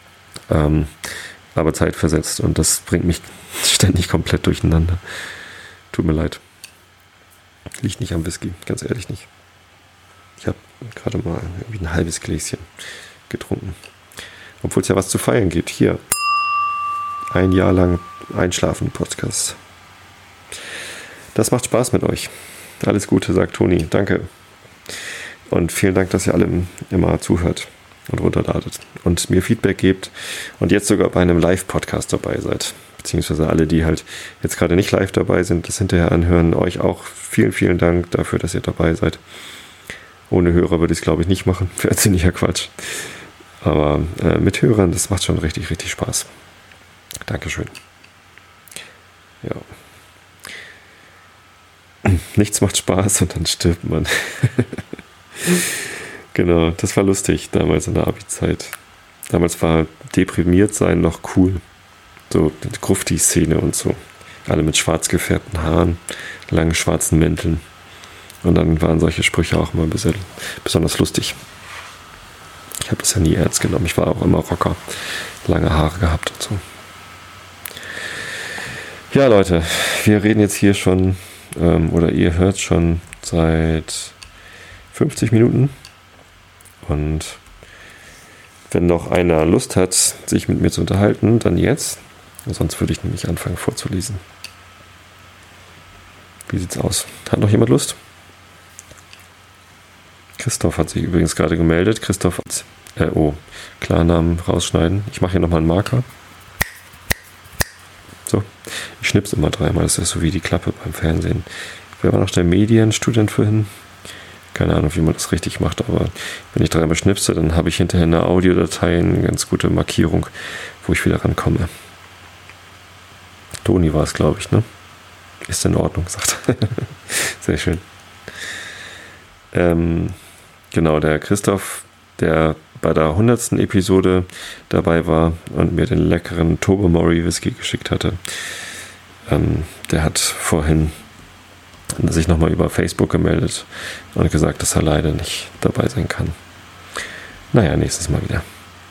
aber zeitversetzt. Und das bringt mich ständig komplett durcheinander. Tut mir leid. Liegt nicht am Whisky, ganz ehrlich nicht. Ich habe gerade mal irgendwie ein halbes Gläschen getrunken. Obwohl es ja was zu feiern gibt. Hier. 1 Jahr lang Einschlafen-Podcast. Das macht Spaß mit euch. Alles Gute, sagt Toni. Danke. Und vielen Dank, dass ihr alle immer zuhört und runterladet und mir Feedback gebt und jetzt sogar bei einem Live-Podcast dabei seid. Beziehungsweise alle, die halt jetzt gerade nicht live dabei sind, das hinterher anhören. Euch auch vielen, vielen Dank dafür, dass ihr dabei seid. Ohne Hörer würde ich es, glaube ich, nicht machen. Wäre ziemlicher Quatsch. Aber mit Hörern, das macht schon richtig, richtig Spaß. Dankeschön. Ja. Nichts macht Spaß und dann stirbt man. Genau, das war lustig damals in der Abi-Zeit. Damals war deprimiert sein noch cool. So die Grufti-Szene und so. Alle mit schwarz gefärbten Haaren, langen schwarzen Mänteln. Und dann waren solche Sprüche auch immer besonders lustig. Ich habe das ja nie ernst genommen. Ich war auch immer Rocker. Lange Haare gehabt und so. Ja, Leute, wir reden jetzt hier schon, oder ihr hört schon seit 50 Minuten. Und wenn noch einer Lust hat, sich mit mir zu unterhalten, dann jetzt. Sonst würde ich nämlich anfangen vorzulesen. Wie sieht's aus? Hat noch jemand Lust? Christoph hat sich übrigens gerade gemeldet. Christoph hat, Klarnamen rausschneiden. Ich mache hier nochmal einen Marker. So, ich schnipp's immer 3-mal. Das ist so wie die Klappe beim Fernsehen. Wer war noch der Medienstudent vorhin? Keine Ahnung, wie man das richtig macht, aber wenn ich 3-mal schnipse, dann habe ich hinterher eine Audiodatei, eine ganz gute Markierung, wo ich wieder rankomme. Toni war es, glaube ich, ne? Ist in Ordnung, sagt er. Sehr schön. Genau, der Christoph, der bei der 100. Episode dabei war und mir den leckeren Tobermory Whisky geschickt hatte, der hat vorhin sich nochmal über Facebook gemeldet und gesagt, dass er leider nicht dabei sein kann. Naja, nächstes Mal wieder.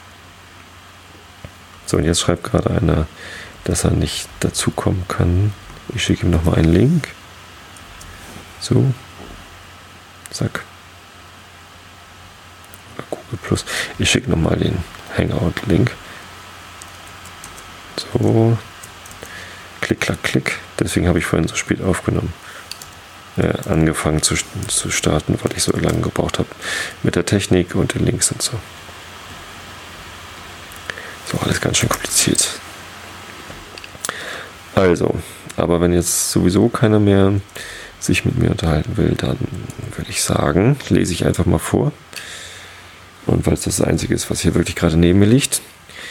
So, und jetzt schreibt gerade einer, dass er nicht dazukommen kann. Ich schicke ihm nochmal einen Link. So. Zack. Google Plus. Ich schicke nochmal den Hangout-Link. So. Klick, klack, klick. Deswegen habe ich vorhin so spät aufgenommen. Angefangen zu starten, weil ich so lange gebraucht habe mit der Technik und den Links und so. So, alles ganz schön kompliziert. Also, aber wenn jetzt sowieso keiner mehr sich mit mir unterhalten will, dann würde ich sagen, lese ich einfach mal vor. Und weil es das Einzige ist, was hier wirklich gerade neben mir liegt,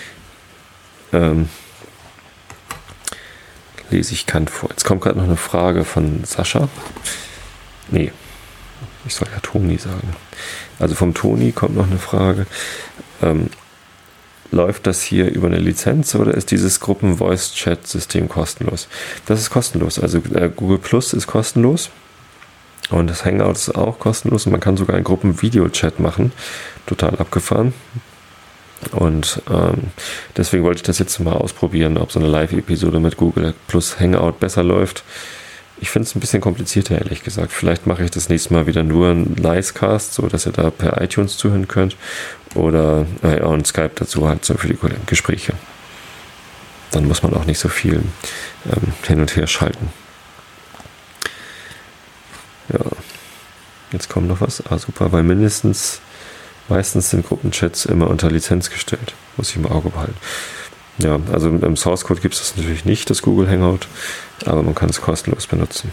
lese ich Kant vor. Jetzt kommt gerade noch eine Frage von Sascha. Nee, ich soll ja Toni sagen. Also vom Toni kommt noch eine Frage. Läuft das hier über eine Lizenz oder ist dieses Gruppen-Voice-Chat-System kostenlos? Das ist kostenlos. Also Google Plus ist kostenlos und das Hangout ist auch kostenlos und man kann sogar einen Gruppen-Video-Chat machen. Total abgefahren. Und deswegen wollte ich das jetzt mal ausprobieren, ob so eine Live-Episode mit Google Plus Hangout besser läuft. Ich finde es ein bisschen komplizierter, ehrlich gesagt. Vielleicht mache ich das nächste Mal wieder nur ein Nicecast, so dass ihr da per iTunes zuhören könnt. Oder und Skype dazu halt so für die Gespräche. Dann muss man auch nicht so viel hin und her schalten. Ja, jetzt kommt noch was. Ah, super, weil meistens sind Gruppenchats immer unter Lizenz gestellt. Muss ich im Auge behalten. Ja, also im Source Code gibt es das natürlich nicht, das Google Hangout, aber man kann es kostenlos benutzen.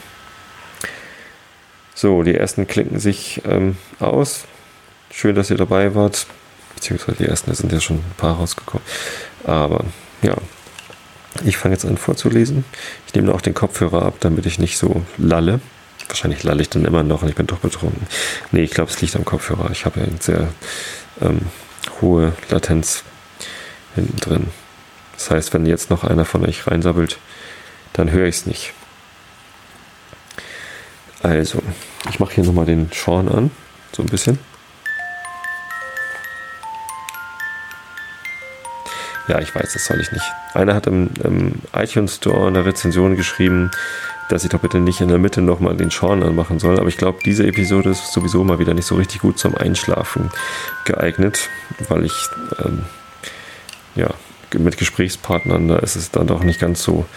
So, die ersten klicken sich aus. Schön, dass ihr dabei wart. Beziehungsweise die ersten, da sind ja schon ein paar rausgekommen. Aber ja, ich fange jetzt an vorzulesen. Ich nehme auch den Kopfhörer ab, damit ich nicht so lalle. Wahrscheinlich lalle ich dann immer noch und ich bin doch betrunken. Nee, ich glaube, es liegt am Kopfhörer. Ich habe ja eine sehr hohe Latenz hinten drin. Das heißt, wenn jetzt noch einer von euch reinsabbelt, dann höre ich es nicht. Also, ich mache hier nochmal den Sean an, so ein bisschen. Ja, ich weiß, das soll ich nicht. Einer hat im iTunes Store eine Rezension geschrieben, dass ich doch bitte nicht in der Mitte nochmal den Sean anmachen soll. Aber ich glaube, diese Episode ist sowieso mal wieder nicht so richtig gut zum Einschlafen geeignet, weil ich mit Gesprächspartnern, da ist es dann doch nicht ganz so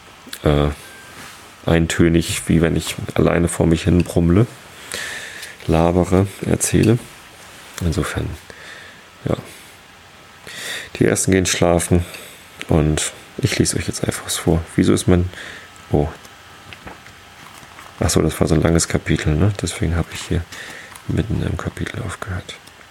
eintönig, wie wenn ich alleine vor mich hin brummle, labere, erzähle. Insofern, die ersten gehen schlafen und ich lese euch jetzt einfach was vor. Wieso ist mein... Oh. Achso, das war so ein langes Kapitel, ne? Deswegen habe ich hier mitten im Kapitel aufgehört.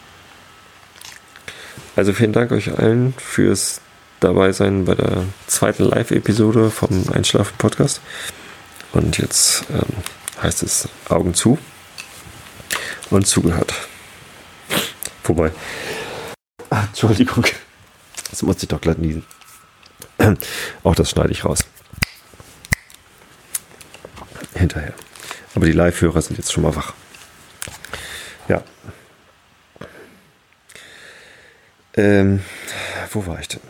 Also vielen Dank euch allen fürs Dabeisein bei der zweiten Live-Episode vom Einschlafen-Podcast. Und jetzt heißt es Augen zu und zugehört. Wobei, Entschuldigung, das muss ich doch glatt niesen. Auch das schneide ich raus. Hinterher. Aber die Live-Hörer sind jetzt schon mal wach. Ja. Wo war ich denn?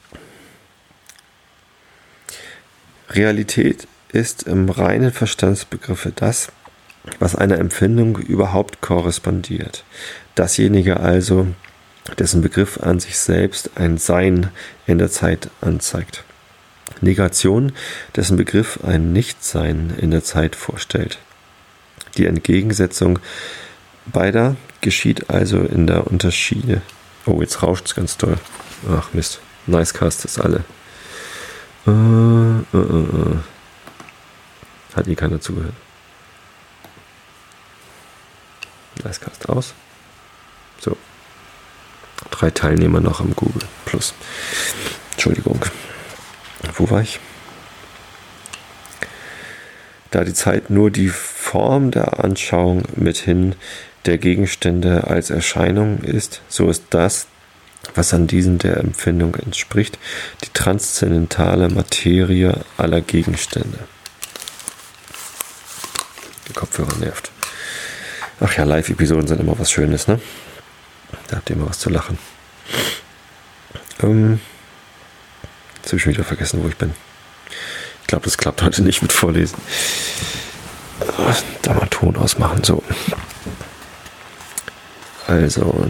Realität ist im reinen Verstandsbegriffe das, was einer Empfindung überhaupt korrespondiert. Dasjenige also, dessen Begriff an sich selbst ein Sein in der Zeit anzeigt. Negation, dessen Begriff ein Nichtsein in der Zeit vorstellt. Die Entgegensetzung beider geschieht also in der Unterschiede. Oh, jetzt rauscht es ganz doll. Ach Mist, Nicecast ist alle. Hat keiner zugehört. Nicecast aus. So. 3 Teilnehmer noch am Google Plus. Entschuldigung. Wo war ich? Da die Zeit nur die Form der Anschauung mithin der Gegenstände als Erscheinung ist, so ist das, was an diesen der Empfindung entspricht, die transzendentale Materie aller Gegenstände. Der Kopfhörer nervt. Ach ja, Live-Episoden sind immer was Schönes, ne? Da habt ihr immer was zu lachen. Jetzt habe ich schon wieder vergessen, wo ich bin. Ich glaube, das klappt heute nicht mit Vorlesen. Da mal Ton ausmachen, so. Also,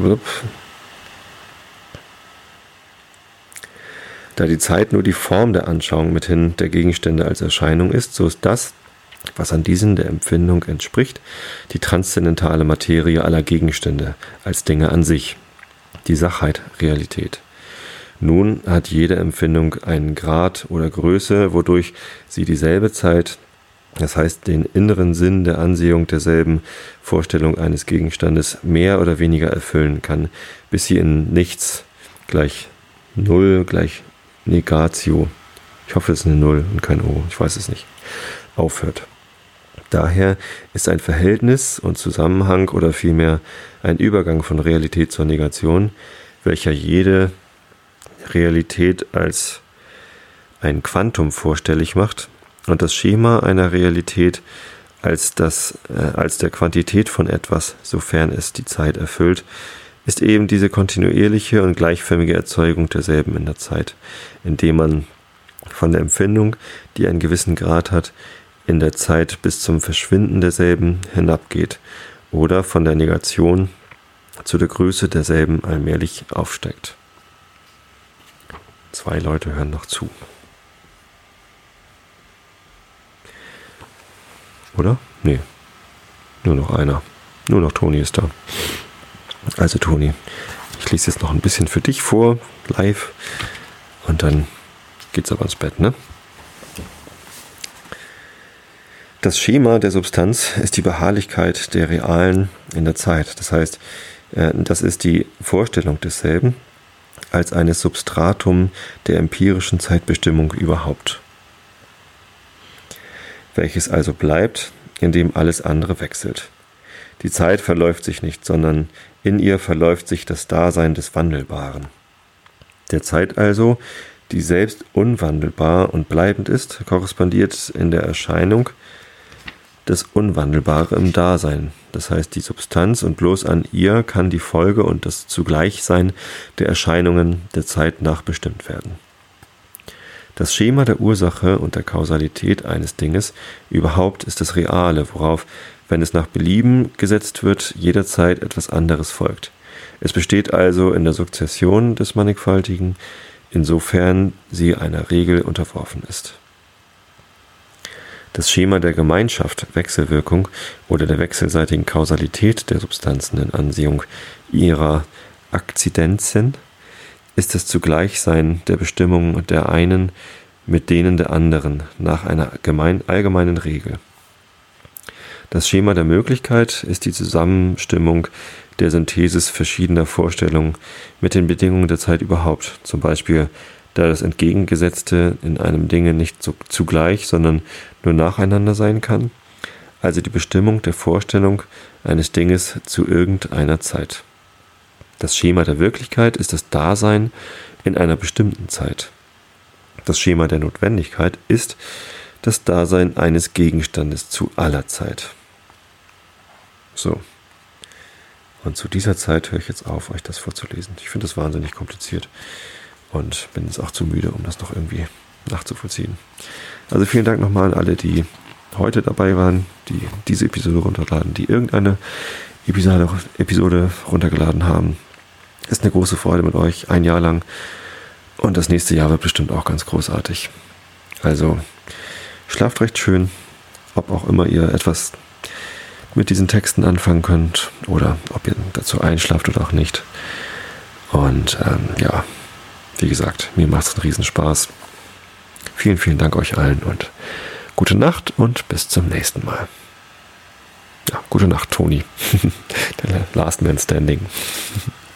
da die Zeit nur die Form der Anschauung mithin der Gegenstände als Erscheinung ist, so ist das, was an diesen der Empfindung entspricht, die transzendentale Materie aller Gegenstände als Dinge an sich, die Sachheit, Realität. Nun hat jede Empfindung einen Grad oder Größe, wodurch sie dieselbe Zeit, das heißt den inneren Sinn der Ansehung derselben Vorstellung eines Gegenstandes mehr oder weniger erfüllen kann, bis sie in nichts gleich Null gleich Negatio, ich hoffe es ist eine Null und kein O, ich weiß es nicht, aufhört. Daher ist ein Verhältnis und Zusammenhang oder vielmehr ein Übergang von Realität zur Negation, welcher jede Realität als ein Quantum vorstellig macht und das Schema einer Realität als der Quantität von etwas, sofern es die Zeit erfüllt, ist eben diese kontinuierliche und gleichförmige Erzeugung derselben in der Zeit, indem man von der Empfindung, die einen gewissen Grad hat, in der Zeit bis zum Verschwinden derselben hinabgeht oder von der Negation zu der Größe derselben allmählich aufsteigt. 2 Leute hören noch zu. Oder? Nee. Nur noch einer. Nur noch Toni ist da. Also Toni, ich lese jetzt noch ein bisschen für dich vor, live. Und dann geht's aber ins Bett, ne? Das Schema der Substanz ist die Beharrlichkeit der Realen in der Zeit. Das heißt, das ist die Vorstellung desselben als eines Substratum der empirischen Zeitbestimmung überhaupt, welches also bleibt, indem alles andere wechselt. Die Zeit verläuft sich nicht, sondern in ihr verläuft sich das Dasein des Wandelbaren. Der Zeit also, die selbst unwandelbar und bleibend ist, korrespondiert in der Erscheinung das Unwandelbare im Dasein. Das heißt, die Substanz und bloß an ihr kann die Folge und das Zugleichsein der Erscheinungen der Zeit nach bestimmt werden. Das Schema der Ursache und der Kausalität eines Dinges überhaupt ist das Reale, worauf, wenn es nach Belieben gesetzt wird, jederzeit etwas anderes folgt. Es besteht also in der Sukzession des Mannigfaltigen, insofern sie einer Regel unterworfen ist. Das Schema der Gemeinschaft, Wechselwirkung oder der wechselseitigen Kausalität der Substanzen in Ansehung ihrer Akzidenzien ist das Zugleichsein der Bestimmungen der einen mit denen der anderen nach einer allgemeinen Regel. Das Schema der Möglichkeit ist die Zusammenstimmung der Synthesis verschiedener Vorstellungen mit den Bedingungen der Zeit überhaupt, zum Beispiel da das Entgegengesetzte in einem Dinge nicht so zugleich, sondern nur nacheinander sein kann, also die Bestimmung der Vorstellung eines Dinges zu irgendeiner Zeit. Das Schema der Wirklichkeit ist das Dasein in einer bestimmten Zeit. Das Schema der Notwendigkeit ist das Dasein eines Gegenstandes zu aller Zeit. So. Und zu dieser Zeit höre ich jetzt auf, euch das vorzulesen. Ich finde das wahnsinnig kompliziert und bin jetzt auch zu müde, um das noch irgendwie nachzuvollziehen. Also vielen Dank nochmal an alle, die heute dabei waren, die diese Episode runterladen, die irgendeine Episode runtergeladen haben. Ist eine große Freude mit euch, ein Jahr lang. Und das nächste Jahr wird bestimmt auch ganz großartig. Also schlaft recht schön, ob auch immer ihr etwas mit diesen Texten anfangen könnt oder ob ihr dazu einschlaft oder auch nicht. Und ja, wie gesagt, mir macht es einen Riesenspaß. Vielen, vielen Dank euch allen und gute Nacht und bis zum nächsten Mal. Ja, gute Nacht, Toni. Der Last Man Standing.